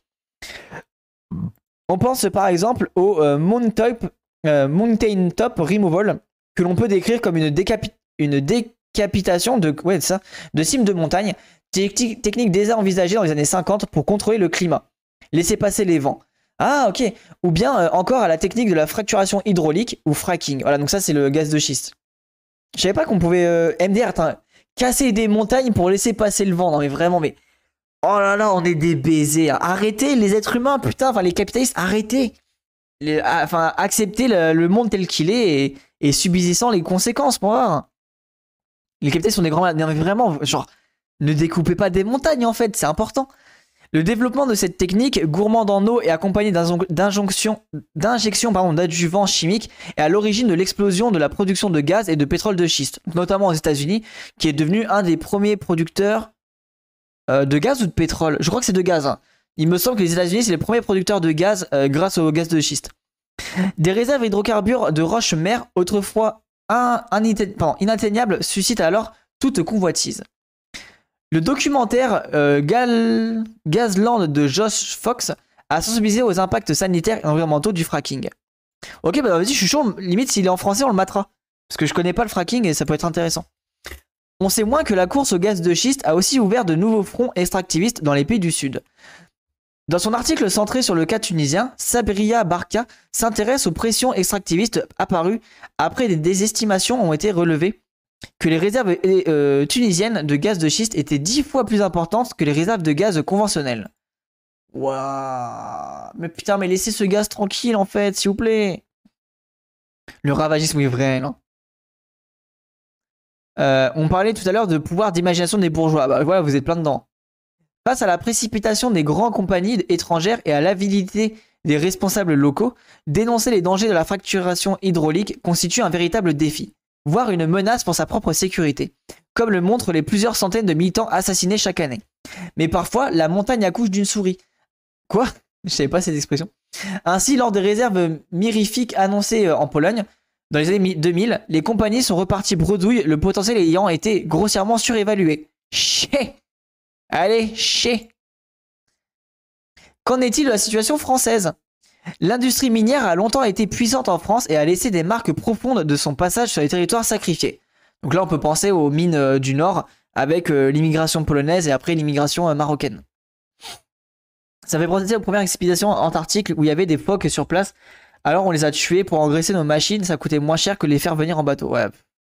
On pense par exemple au mountain top removal, que l'on peut décrire comme une décapitation de cimes de montagne, technique déjà envisagée dans les années 50 pour contrôler le climat. Laisser passer les vents. Ah, ok. Ou bien encore à la technique de la fracturation hydraulique ou fracking. Voilà, donc ça c'est le gaz de schiste. Je savais pas qu'on pouvait MDR, casser des montagnes pour laisser passer le vent. Non mais vraiment, mais oh là là, on est des baisers. Arrêtez les êtres humains, putain, enfin les capitalistes, arrêtez. Acceptez le monde tel qu'il est et subissant les conséquences pour voir. Les capitalistes sont des grands malades. Non mais vraiment, genre, ne découpez pas des montagnes en fait, c'est important. Le développement de cette technique, gourmande en eau et accompagnée d'injections d'adjuvants chimiques, est à l'origine de l'explosion de la production de gaz et de pétrole de schiste, notamment aux États-Unis, qui est devenu un des premiers producteurs de gaz ou de pétrole. Je crois que c'est de gaz. Hein. Il me semble que les États-Unis, c'est les premiers producteurs de gaz grâce au gaz de schiste. Des réserves hydrocarbures de roches-mères, autrefois inatteignables, suscitent alors toute convoitise. Le documentaire Gazland de Josh Fox a sensibilisé aux impacts sanitaires et environnementaux du fracking. Ok, bah vas-y, je suis chaud. Limite, s'il est en français, on le matera. Parce que je connais pas le fracking et ça peut être intéressant. On sait moins que la course au gaz de schiste a aussi ouvert de nouveaux fronts extractivistes dans les pays du Sud. Dans son article centré sur le cas tunisien, Sabria Barka s'intéresse aux pressions extractivistes apparues après des estimations ont été relevées que les réserves tunisiennes de gaz de schiste étaient 10 fois plus importantes que les réserves de gaz conventionnelles. Waouh. Mais putain, mais laissez ce gaz tranquille en fait, s'il vous plaît. Le ravagisme est vrai, non? On parlait tout à l'heure de pouvoir d'imagination des bourgeois. Bah voilà, vous êtes plein dedans. Face à la précipitation des grandes compagnies étrangères et à l'avidité des responsables locaux, dénoncer les dangers de la fracturation hydraulique constitue un véritable défi, voire une menace pour sa propre sécurité, comme le montrent les plusieurs centaines de militants assassinés chaque année. Mais parfois, la montagne accouche d'une souris. Quoi? Je savais pas cette expression. Ainsi, lors des réserves mirifiques annoncées en Pologne, dans les années 2000, les compagnies sont reparties bredouille, le potentiel ayant été grossièrement surévalué. Chier. Allez, chier. Qu'en est-il de la situation française? L'industrie minière a longtemps été puissante en France et a laissé des marques profondes de son passage sur les territoires sacrifiés. Donc là, on peut penser aux mines du Nord avec l'immigration polonaise et après l'immigration marocaine. Ça fait penser aux premières expéditions antarctiques où il y avait des phoques sur place. Alors on les a tués pour engraisser nos machines, ça coûtait moins cher que les faire venir en bateau. Ouais.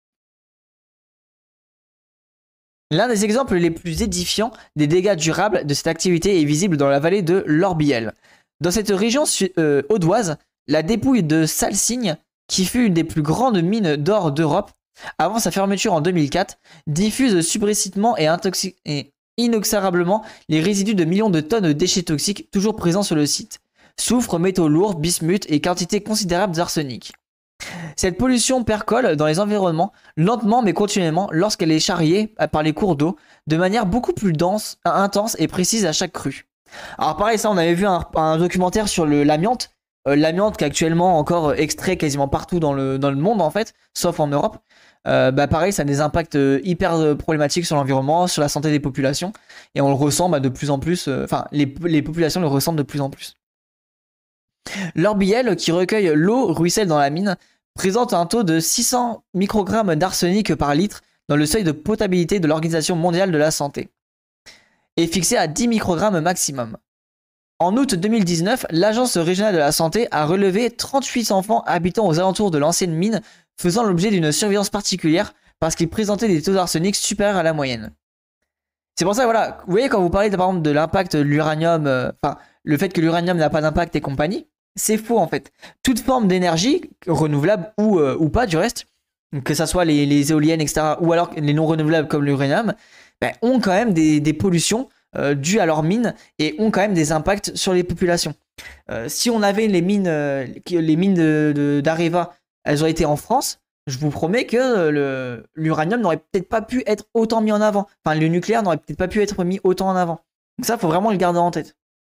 L'un des exemples les plus édifiants des dégâts durables de cette activité est visible dans la vallée de l'Orbiel. Dans cette région audoise, la dépouille de Salsigne, qui fut une des plus grandes mines d'or d'Europe, avant sa fermeture en 2004, diffuse subrepticement et inexorablement les résidus de millions de tonnes de déchets toxiques toujours présents sur le site. Soufre, métaux lourds, bismuth et quantités considérables d'arsenic. Cette pollution percole dans les environnements, lentement mais continuellement, lorsqu'elle est charriée par les cours d'eau, de manière beaucoup plus dense, intense et précise à chaque crue. Alors pareil, ça on avait vu un documentaire sur l'amiante, l'amiante qui est actuellement encore extrait quasiment partout dans le monde en fait, sauf en Europe. Pareil, ça a des impacts hyper problématiques sur l'environnement, sur la santé des populations, et on le ressent de plus en plus, les populations le ressentent de plus en plus. L'Orbiel, qui recueille l'eau ruisselle dans la mine, présente un taux de 600 microgrammes d'arsenic par litre dans le seuil de potabilité de l'Organisation mondiale de la santé, et fixé à 10 microgrammes maximum. En août 2019, l'Agence régionale de la santé a relevé 38 enfants habitant aux alentours de l'ancienne mine faisant l'objet d'une surveillance particulière parce qu'ils présentaient des taux d'arsenic supérieurs à la moyenne. C'est pour ça, voilà, vous voyez quand vous parlez par exemple de l'impact de l'uranium, le fait que l'uranium n'a pas d'impact et compagnie, c'est faux en fait. Toute forme d'énergie, renouvelable ou pas du reste, que ça soit les éoliennes, etc., ou alors les non renouvelables comme l'uranium, ont quand même des pollutions dues à leurs mines et ont quand même des impacts sur les populations. Si on avait les mines d'Areva, elles auraient été en France, je vous promets que l'uranium n'aurait peut-être pas pu être autant mis en avant. Enfin, le nucléaire n'aurait peut-être pas pu être mis autant en avant. Donc ça, faut vraiment le garder en tête.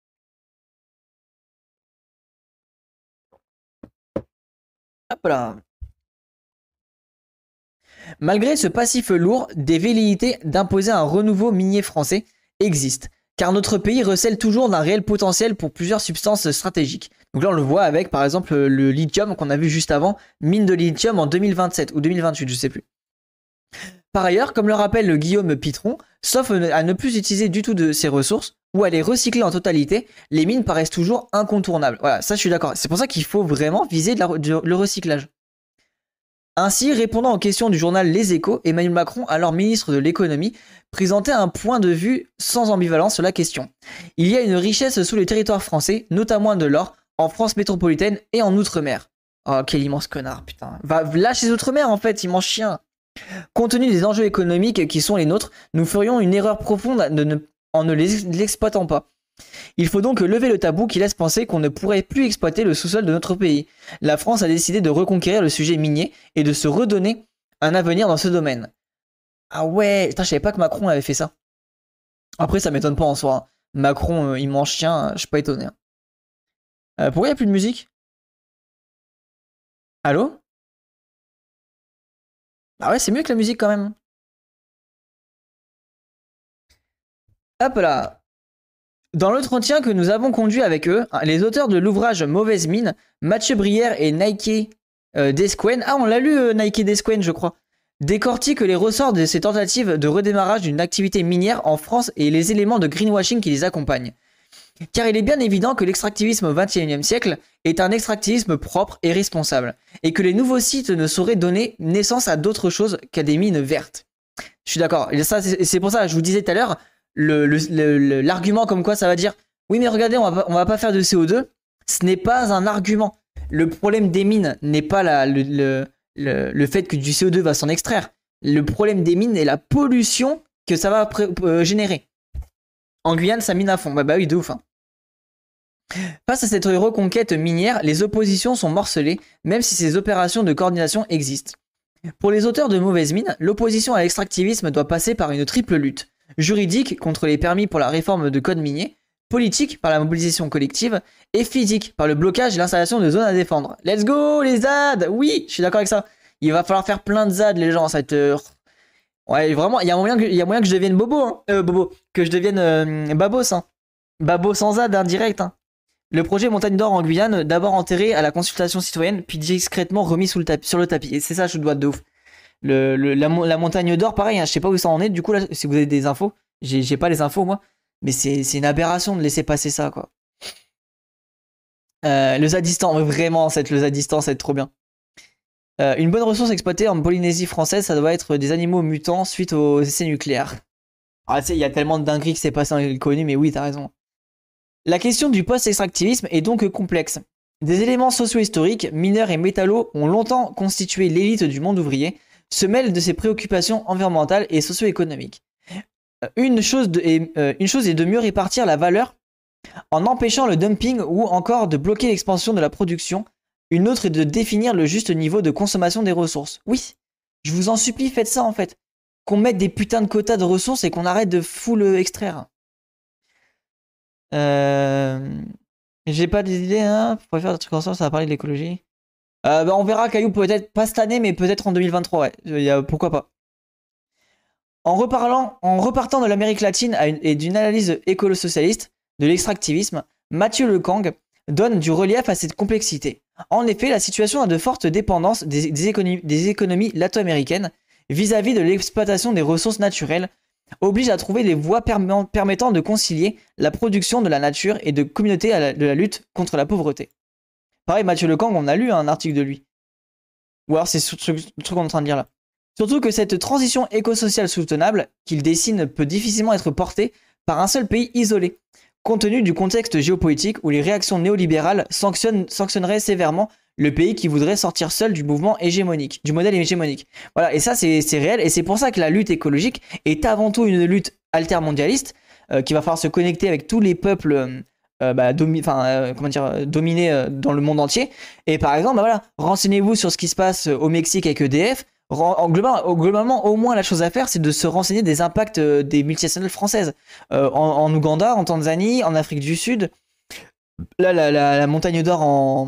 Hop là. Malgré ce passif lourd, des velléités d'imposer un renouveau minier français existent, car notre pays recèle toujours d'un réel potentiel pour plusieurs substances stratégiques. Donc là on le voit avec par exemple le lithium qu'on a vu juste avant, mine de lithium en 2027 ou 2028, je sais plus. Par ailleurs, comme le rappelle le Guillaume Pitron, sauf à ne plus utiliser du tout de ces ressources, ou à les recycler en totalité, les mines paraissent toujours incontournables. Voilà, ça je suis d'accord. C'est pour ça qu'il faut vraiment viser le recyclage. Ainsi, répondant aux questions du journal Les Échos, Emmanuel Macron, alors ministre de l'économie, présentait un point de vue sans ambivalence sur la question. Il y a une richesse sous les territoires français, notamment de l'or, en France métropolitaine et en Outre-mer. Oh, quel immense connard, putain. Va lâcher les Outre-mer en fait, immense chien. Compte tenu des enjeux économiques qui sont les nôtres, nous ferions une erreur profonde en ne l'exploitant pas. Il faut donc lever le tabou qui laisse penser qu'on ne pourrait plus exploiter le sous-sol de notre pays. La France a décidé de reconquérir le sujet minier et de se redonner un avenir dans ce domaine. Ah ouais, putain, je savais pas que Macron avait fait ça. Après, ça m'étonne pas en soi. Hein. Macron, immense chien, je suis pas étonné. Hein. Pourquoi il n'y a plus de musique? Allô? Ah ouais, c'est mieux que la musique quand même. Hop là. Dans l'entretien que nous avons conduit avec eux, les auteurs de l'ouvrage Mauvaise mine, Mathieu Brière et Nike Desquen, on l'a lu Nike Desquen je crois, décortiquent les ressorts de ces tentatives de redémarrage d'une activité minière en France et les éléments de greenwashing qui les accompagnent. Car il est bien évident que l'extractivisme au XXIe siècle est un extractivisme propre et responsable, et que les nouveaux sites ne sauraient donner naissance à d'autre chose qu'à des mines vertes. Je suis d'accord, c'est pour ça, je vous disais tout à l'heure, l'argument comme quoi ça va dire oui mais regardez on va pas faire de CO2, ce n'est pas un argument. Le problème des mines n'est pas le fait que du CO2 va s'en extraire. Le problème des mines est la pollution que ça va générer. En Guyane ça mine à fond, bah oui de ouf hein. Face à cette reconquête minière, les oppositions sont morcelées, même si ces opérations de coordination existent. Pour les auteurs de Mauvaise mine, l'opposition à l'extractivisme doit passer par une triple lutte. Juridique contre les permis pour la réforme de code minier, politique par la mobilisation collective et physique par le blocage et l'installation de zones à défendre. Let's go les ZAD. Oui, je suis d'accord avec ça. Il va falloir faire plein de ZAD les gens, ça va être... Ouais, vraiment, il y a moyen que je devienne bobo, hein. Que je devienne babos, hein. Babos sans ZAD, hein, direct, hein. Le projet Montagne d'Or en Guyane, d'abord enterré à la consultation citoyenne, puis discrètement remis sur le tapis. Et c'est ça, je dois de ouf. La Montagne d'Or, pareil, hein, je sais pas où ça en est, du coup, là, si vous avez des infos, j'ai pas les infos, moi. Mais c'est une aberration de laisser passer ça, quoi. Le Zadistan, vraiment, le Zadistan, ça va être trop bien. Une bonne ressource exploitée en Polynésie française, ça doit être des animaux mutants suite aux essais nucléaires. Ah, tu sais, il y a tellement de dingueries qui s'est passé dans les colonies, mais oui, t'as raison. La question du post-extractivisme est donc complexe. Des éléments socio-historiques, mineurs et métallos ont longtemps constitué l'élite du monde ouvrier, se mêlent de ses préoccupations environnementales et socio-économiques. Une chose est de mieux répartir la valeur en empêchant le dumping ou encore de bloquer l'expansion de la production. Une autre est de définir le juste niveau de consommation des ressources. Oui, je vous en supplie, faites ça en fait. Qu'on mette des putains de quotas de ressources et qu'on arrête de full extraire. J'ai pas des idées, hein. Pour faire des trucs ensemble, ça va parler de l'écologie. On verra, Caillou, peut-être pas cette année, mais peut-être en 2023, ouais. Pourquoi pas. En repartant de l'Amérique latine et d'une analyse écolo-socialiste de l'extractivisme, Mathieu Lekang donne du relief à cette complexité. En effet, la situation a de fortes dépendances des économies lato-américaines vis-à-vis de l'exploitation des ressources naturelles, oblige à trouver des voies permettant de concilier la production de la nature et de communauté de la lutte contre la pauvreté. Pareil, Mathieu Lekang, on a lu un article de lui. Ou alors c'est ce truc qu'on est en train de dire là. Surtout que cette transition écosociale soutenable qu'il dessine peut difficilement être portée par un seul pays isolé, compte tenu du contexte géopolitique où les réactions néolibérales sanctionneraient sévèrement le pays qui voudrait sortir seul du mouvement hégémonique, du modèle hégémonique. Voilà, et ça c'est réel, et c'est pour ça que la lutte écologique est avant tout une lutte altermondialiste, qui va falloir se connecter avec tous les peuples dominés dans le monde entier. Et par exemple, voilà, renseignez-vous sur ce qui se passe au Mexique avec EDF. Globalement, au moins la chose à faire, c'est de se renseigner des impacts des multinationales françaises. En Ouganda, en Tanzanie, en Afrique du Sud. Là, la Montagne d'Or en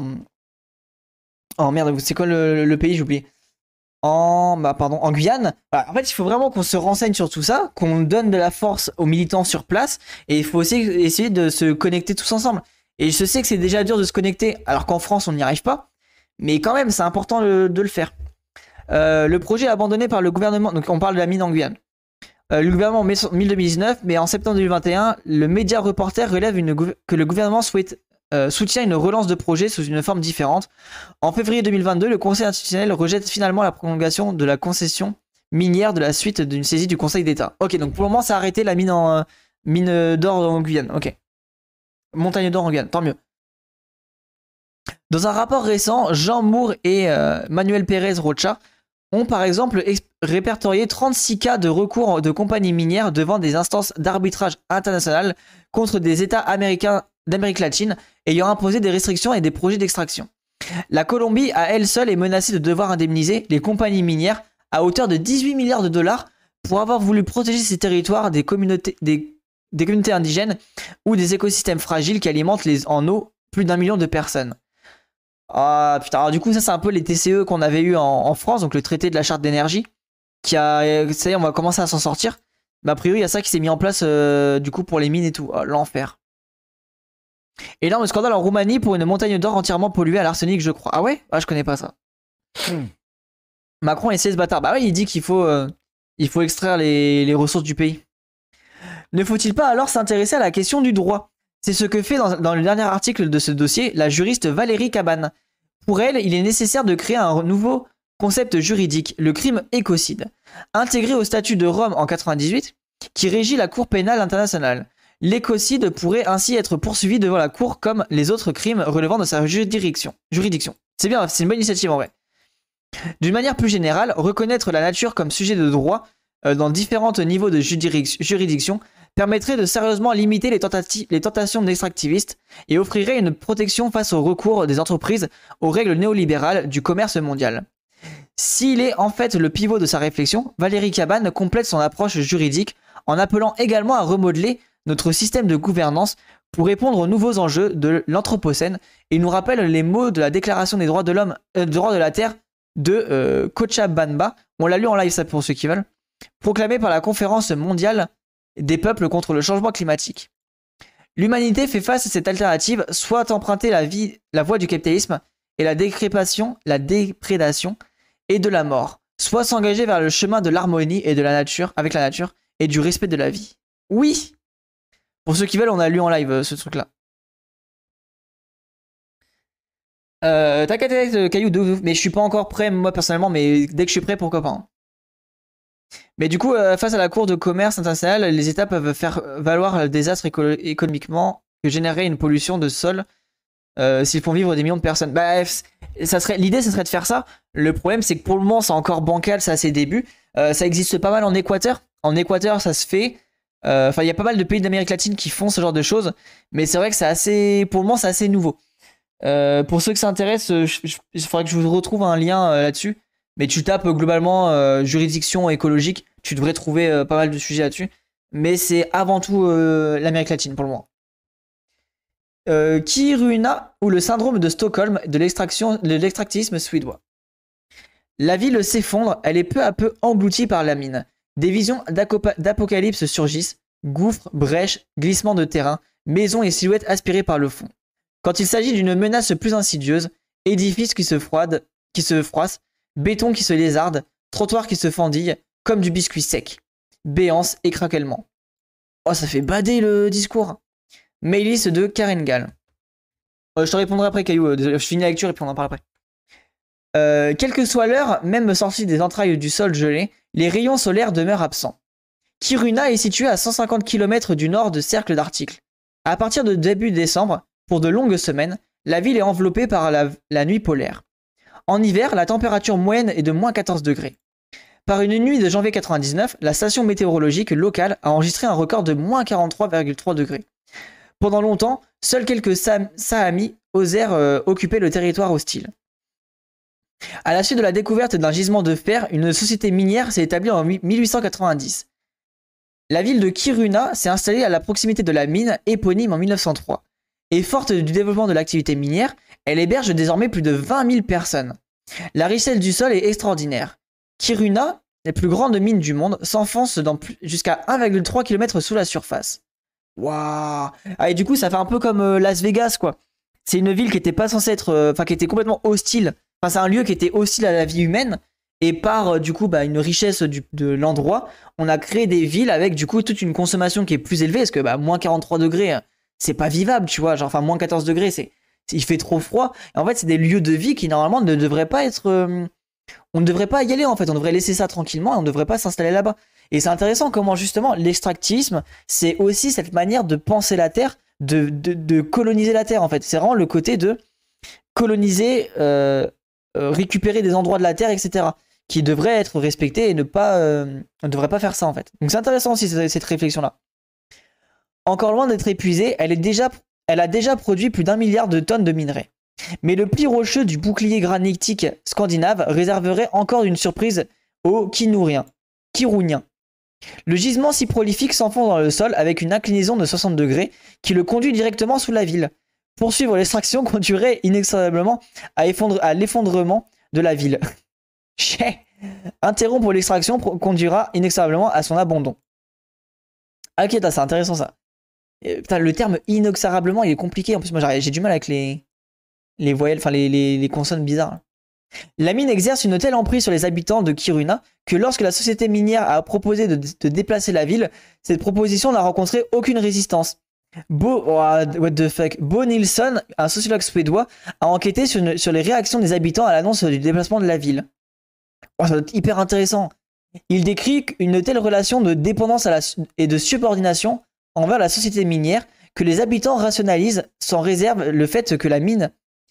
merde, c'est quoi le pays, j'ai oublié. En Guyane. Voilà, en fait, il faut vraiment qu'on se renseigne sur tout ça, qu'on donne de la force aux militants sur place, et il faut aussi essayer de se connecter tous ensemble. Et je sais que c'est déjà dur de se connecter, alors qu'en France, on n'y arrive pas. Mais quand même, c'est important de le faire. Le projet abandonné par le gouvernement, donc on parle de la mine en Guyane. Le gouvernement en 2019, mais en septembre 2021, le média Reporter relève que le gouvernement soutient une relance de projet sous une forme différente. En février 2022, le Conseil institutionnel rejette finalement la prolongation de la concession minière de la suite d'une saisie du Conseil d'État. Ok, donc pour le moment, ça a arrêté la mine d'or en Guyane. Ok. Montagne d'or en Guyane, tant mieux. Dans un rapport récent, Jean Moore et Manuel Pérez Rocha ont par exemple répertorié 36 cas de recours de compagnies minières devant des instances d'arbitrage international contre des États américains d'Amérique latine ayant imposé des restrictions et des projets d'extraction. La Colombie, à elle seule, est menacée de devoir indemniser les compagnies minières à hauteur de 18 milliards de dollars pour avoir voulu protéger ses territoires des communautés indigènes ou des écosystèmes fragiles qui alimentent en eau plus d'1 million de personnes. Ah putain, alors du coup ça c'est un peu les TCE qu'on avait eu en France, donc le traité de la charte d'énergie, ça y est, on va commencer à s'en sortir. Mais a priori il y a ça qui s'est mis en place du coup pour les mines et tout. Oh, l'enfer. Énorme scandale en Roumanie pour une montagne d'or entièrement polluée à l'arsenic, je crois. Ah ouais? Ah, je connais pas ça. Macron essaie de se battre. Bah ouais, il dit qu'il faut extraire les ressources du pays. Ne faut-il pas alors s'intéresser à la question du droit? C'est ce que fait dans le dernier article de ce dossier la juriste Valérie Cabane. Pour elle, il est nécessaire de créer un nouveau concept juridique, le crime écocide, intégré au statut de Rome en 98, qui régit la Cour pénale internationale. L'écocide pourrait ainsi être poursuivi devant la Cour comme les autres crimes relevant de sa juridiction. C'est bien, c'est une bonne initiative en vrai. D'une manière plus générale, reconnaître la nature comme sujet de droit dans différents niveaux de juridiction permettrait de sérieusement limiter les tentations d'extractivistes et offrirait une protection face au recours des entreprises aux règles néolibérales du commerce mondial. S'il est en fait le pivot de sa réflexion, Valérie Cabane complète son approche juridique en appelant également à remodeler notre système de gouvernance pour répondre aux nouveaux enjeux de l'Anthropocène. Il nous rappelle les mots de la Déclaration des droits de l'homme, droits de la Terre de Cochabamba. On l'a lu en live, ça pour ceux qui veulent. Proclamé par la Conférence mondiale des peuples contre le changement climatique. L'humanité fait face à cette alternative, soit emprunter la voie du capitalisme et la déprédation et de la mort, soit s'engager vers le chemin de l'harmonie et de la nature, avec la nature et du respect de la vie. Oui. Pour ceux qui veulent, on a lu en live ce truc-là. T'inquiète, Caillou, de ouf. Mais je suis pas encore prêt, moi personnellement, mais dès que je suis prêt, pourquoi pas. Hein. Mais du coup, face à la Cour de commerce internationale, les États peuvent faire valoir le désastre économiquement que générerait une pollution de sol s'ils font vivre des millions de personnes. Bah, l'idée, ce serait de faire ça. Le problème, c'est que pour le moment, c'est encore bancal, c'est à ses débuts. Ça existe pas mal en Équateur. En Équateur, ça se fait. Enfin, il y a pas mal de pays d'Amérique latine qui font ce genre de choses. Mais c'est vrai que c'est assez. Pour le moment, c'est assez nouveau. Pour ceux que ça intéresse, il faudrait que je vous retrouve un lien là-dessus. Mais tu tapes globalement juridiction écologique, tu devrais trouver pas mal de sujets là-dessus. Mais c'est avant tout l'Amérique latine pour le moment. Kiruna ou le syndrome de Stockholm de l'extractivisme suédois. La ville s'effondre, elle est peu à peu engloutie par la mine. Des visions d'apocalypse surgissent, gouffres, brèches, glissements de terrain, maisons et silhouettes aspirées par le fond. Quand il s'agit d'une menace plus insidieuse, édifices qui se froissent, béton qui se lézarde, trottoirs qui se fendillent, comme du biscuit sec. Béance et craquellement. Oh, ça fait bader le discours. Mailice de Karen Gall. Je te répondrai après, Caillou. Je finis la lecture et puis on en parle après. Quelle que soit l'heure, même sortie des entrailles du sol gelé, les rayons solaires demeurent absents. Kiruna est située à 150 km du nord de Cercle d'Article. À partir de début décembre, pour de longues semaines, la ville est enveloppée par la nuit polaire. En hiver, la température moyenne est de moins 14 degrés. Par une nuit de janvier 99, la station météorologique locale a enregistré un record de moins 43,3 degrés. Pendant longtemps, seuls quelques Saamis osèrent occuper le territoire hostile. À la suite de la découverte d'un gisement de fer, une société minière s'est établie en 1890. La ville de Kiruna s'est installée à la proximité de la mine éponyme en 1903. Et forte du développement de l'activité minière, elle héberge désormais plus de 20 000 personnes. La richesse du sol est extraordinaire. Kiruna, la plus grande mine du monde, s'enfonce jusqu'à 1,3 km sous la surface. Waouh! Ah, et du coup, ça fait un peu comme Las Vegas, quoi. C'est une ville qui était pas censée être, qui était complètement hostile. Enfin, c'est un lieu qui était hostile à la vie humaine. Et par du coup, une richesse de l'endroit, on a créé des villes avec du coup toute une consommation qui est plus élevée, parce que moins 43 degrés, c'est pas vivable, tu vois. Genre, enfin, moins 14 degrés, il fait trop froid. Et en fait, c'est des lieux de vie qui normalement ne devraient pas être. On ne devrait pas y aller en fait. On devrait laisser ça tranquillement et on ne devrait pas s'installer là-bas. Et c'est intéressant comment justement l'extractivisme, c'est aussi cette manière de penser la Terre, de coloniser la Terre en fait. C'est vraiment le côté de coloniser, récupérer des endroits de la Terre, etc. qui devraient être respectés et on ne devrait pas faire ça en fait. Donc c'est intéressant aussi cette réflexion-là. Encore loin d'être épuisée, elle a déjà produit plus d'1 milliard de tonnes de minerais. Mais le pli rocheux du bouclier granitique scandinave réserverait encore une surprise aux Kirouniens. Le gisement si prolifique s'enfonce dans le sol avec une inclinaison de 60 degrés qui le conduit directement sous la ville. Poursuivre l'extraction conduirait inexorablement à l'effondrement de la ville. Interrompre l'extraction conduira inexorablement à son abandon. Ah, ok, c'est intéressant ça. Putain, le terme inexorablement, il est compliqué. En plus, moi, j'ai du mal avec les voyelles, enfin les consonnes bizarres. La mine exerce une telle emprise sur les habitants de Kiruna que lorsque la société minière a proposé de déplacer la ville, cette proposition n'a rencontré aucune résistance. What the fuck? Bo Nilsson, un sociologue suédois, a enquêté sur les réactions des habitants à l'annonce du déplacement de la ville. Oh, ça doit être hyper intéressant. Il décrit une telle relation de dépendance et de subordination envers la société minière que les habitants rationalisent sans réserve le fait que la mine,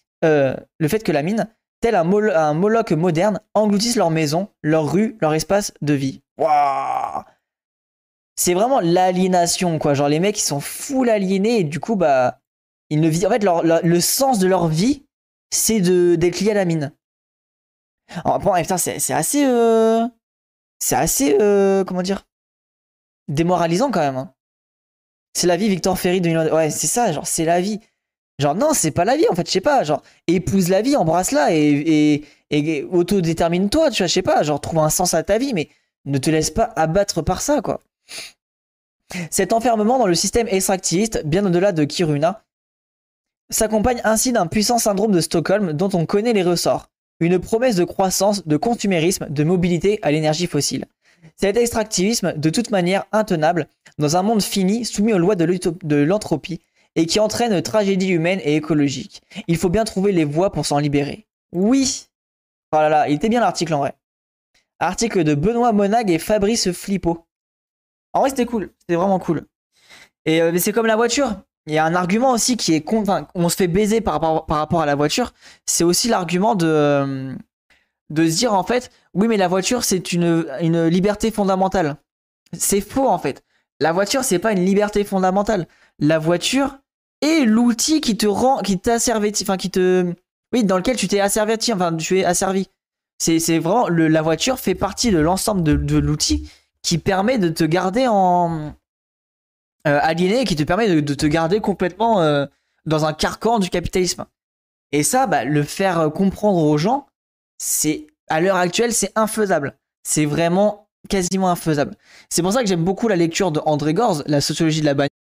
tel un Moloch moderne, engloutisse leurs maisons, leurs rues, leur espace de vie. Waouh! C'est vraiment l'aliénation, quoi. Genre, les mecs, ils sont full aliénés et du coup, ils ne vivent. En fait, le sens de leur vie, c'est d'être lié à la mine. Alors, bon, putain, c'est assez. C'est assez. Comment dire? Démoralisant, quand même. Hein. C'est la vie, Victor Ferry de Ouais, c'est ça, genre, c'est la vie. Genre, non, c'est pas la vie, en fait, je sais pas. Genre, épouse la vie, embrasse-la et autodétermine-toi, tu vois, je sais pas. Genre, trouve un sens à ta vie, mais ne te laisse pas abattre par ça, quoi. Cet enfermement dans le système extractiviste, bien au-delà de Kiruna, s'accompagne ainsi d'un puissant syndrome de Stockholm dont on connaît les ressorts. Une promesse de croissance, de consumérisme, de mobilité à l'énergie fossile. Cet extractivisme, de toute manière intenable, dans un monde fini, soumis aux lois de l'entropie, et qui entraîne une tragédie humaine et écologique. Il faut bien trouver les voies pour s'en libérer. Oui. Oh là là, il était bien l'article en vrai. Article de Benoît Monag et Fabrice Flippo. En vrai, c'était cool. C'était vraiment cool. Et mais c'est comme la voiture. Il y a un argument aussi qui est enfin, on se fait baiser par rapport à la voiture. C'est aussi l'argument de se dire en fait, oui mais la voiture c'est une liberté fondamentale. C'est faux en fait. La voiture c'est pas une liberté fondamentale. La voiture est l'outil qui te rend, qui t'asservit, enfin qui te, oui dans lequel tu t'es asservi, enfin tu es asservi. C'est vraiment la voiture fait partie de l'ensemble de l'outil qui permet de te garder en aliéné et qui te permet de te garder complètement dans un carcan du capitalisme. Et ça, bah, le faire comprendre aux gens, c'est à l'heure actuelle, c'est infaisable. C'est vraiment quasiment infaisable. C'est pour ça que j'aime beaucoup la lecture de André Gorz, La sociologie de la bagnole.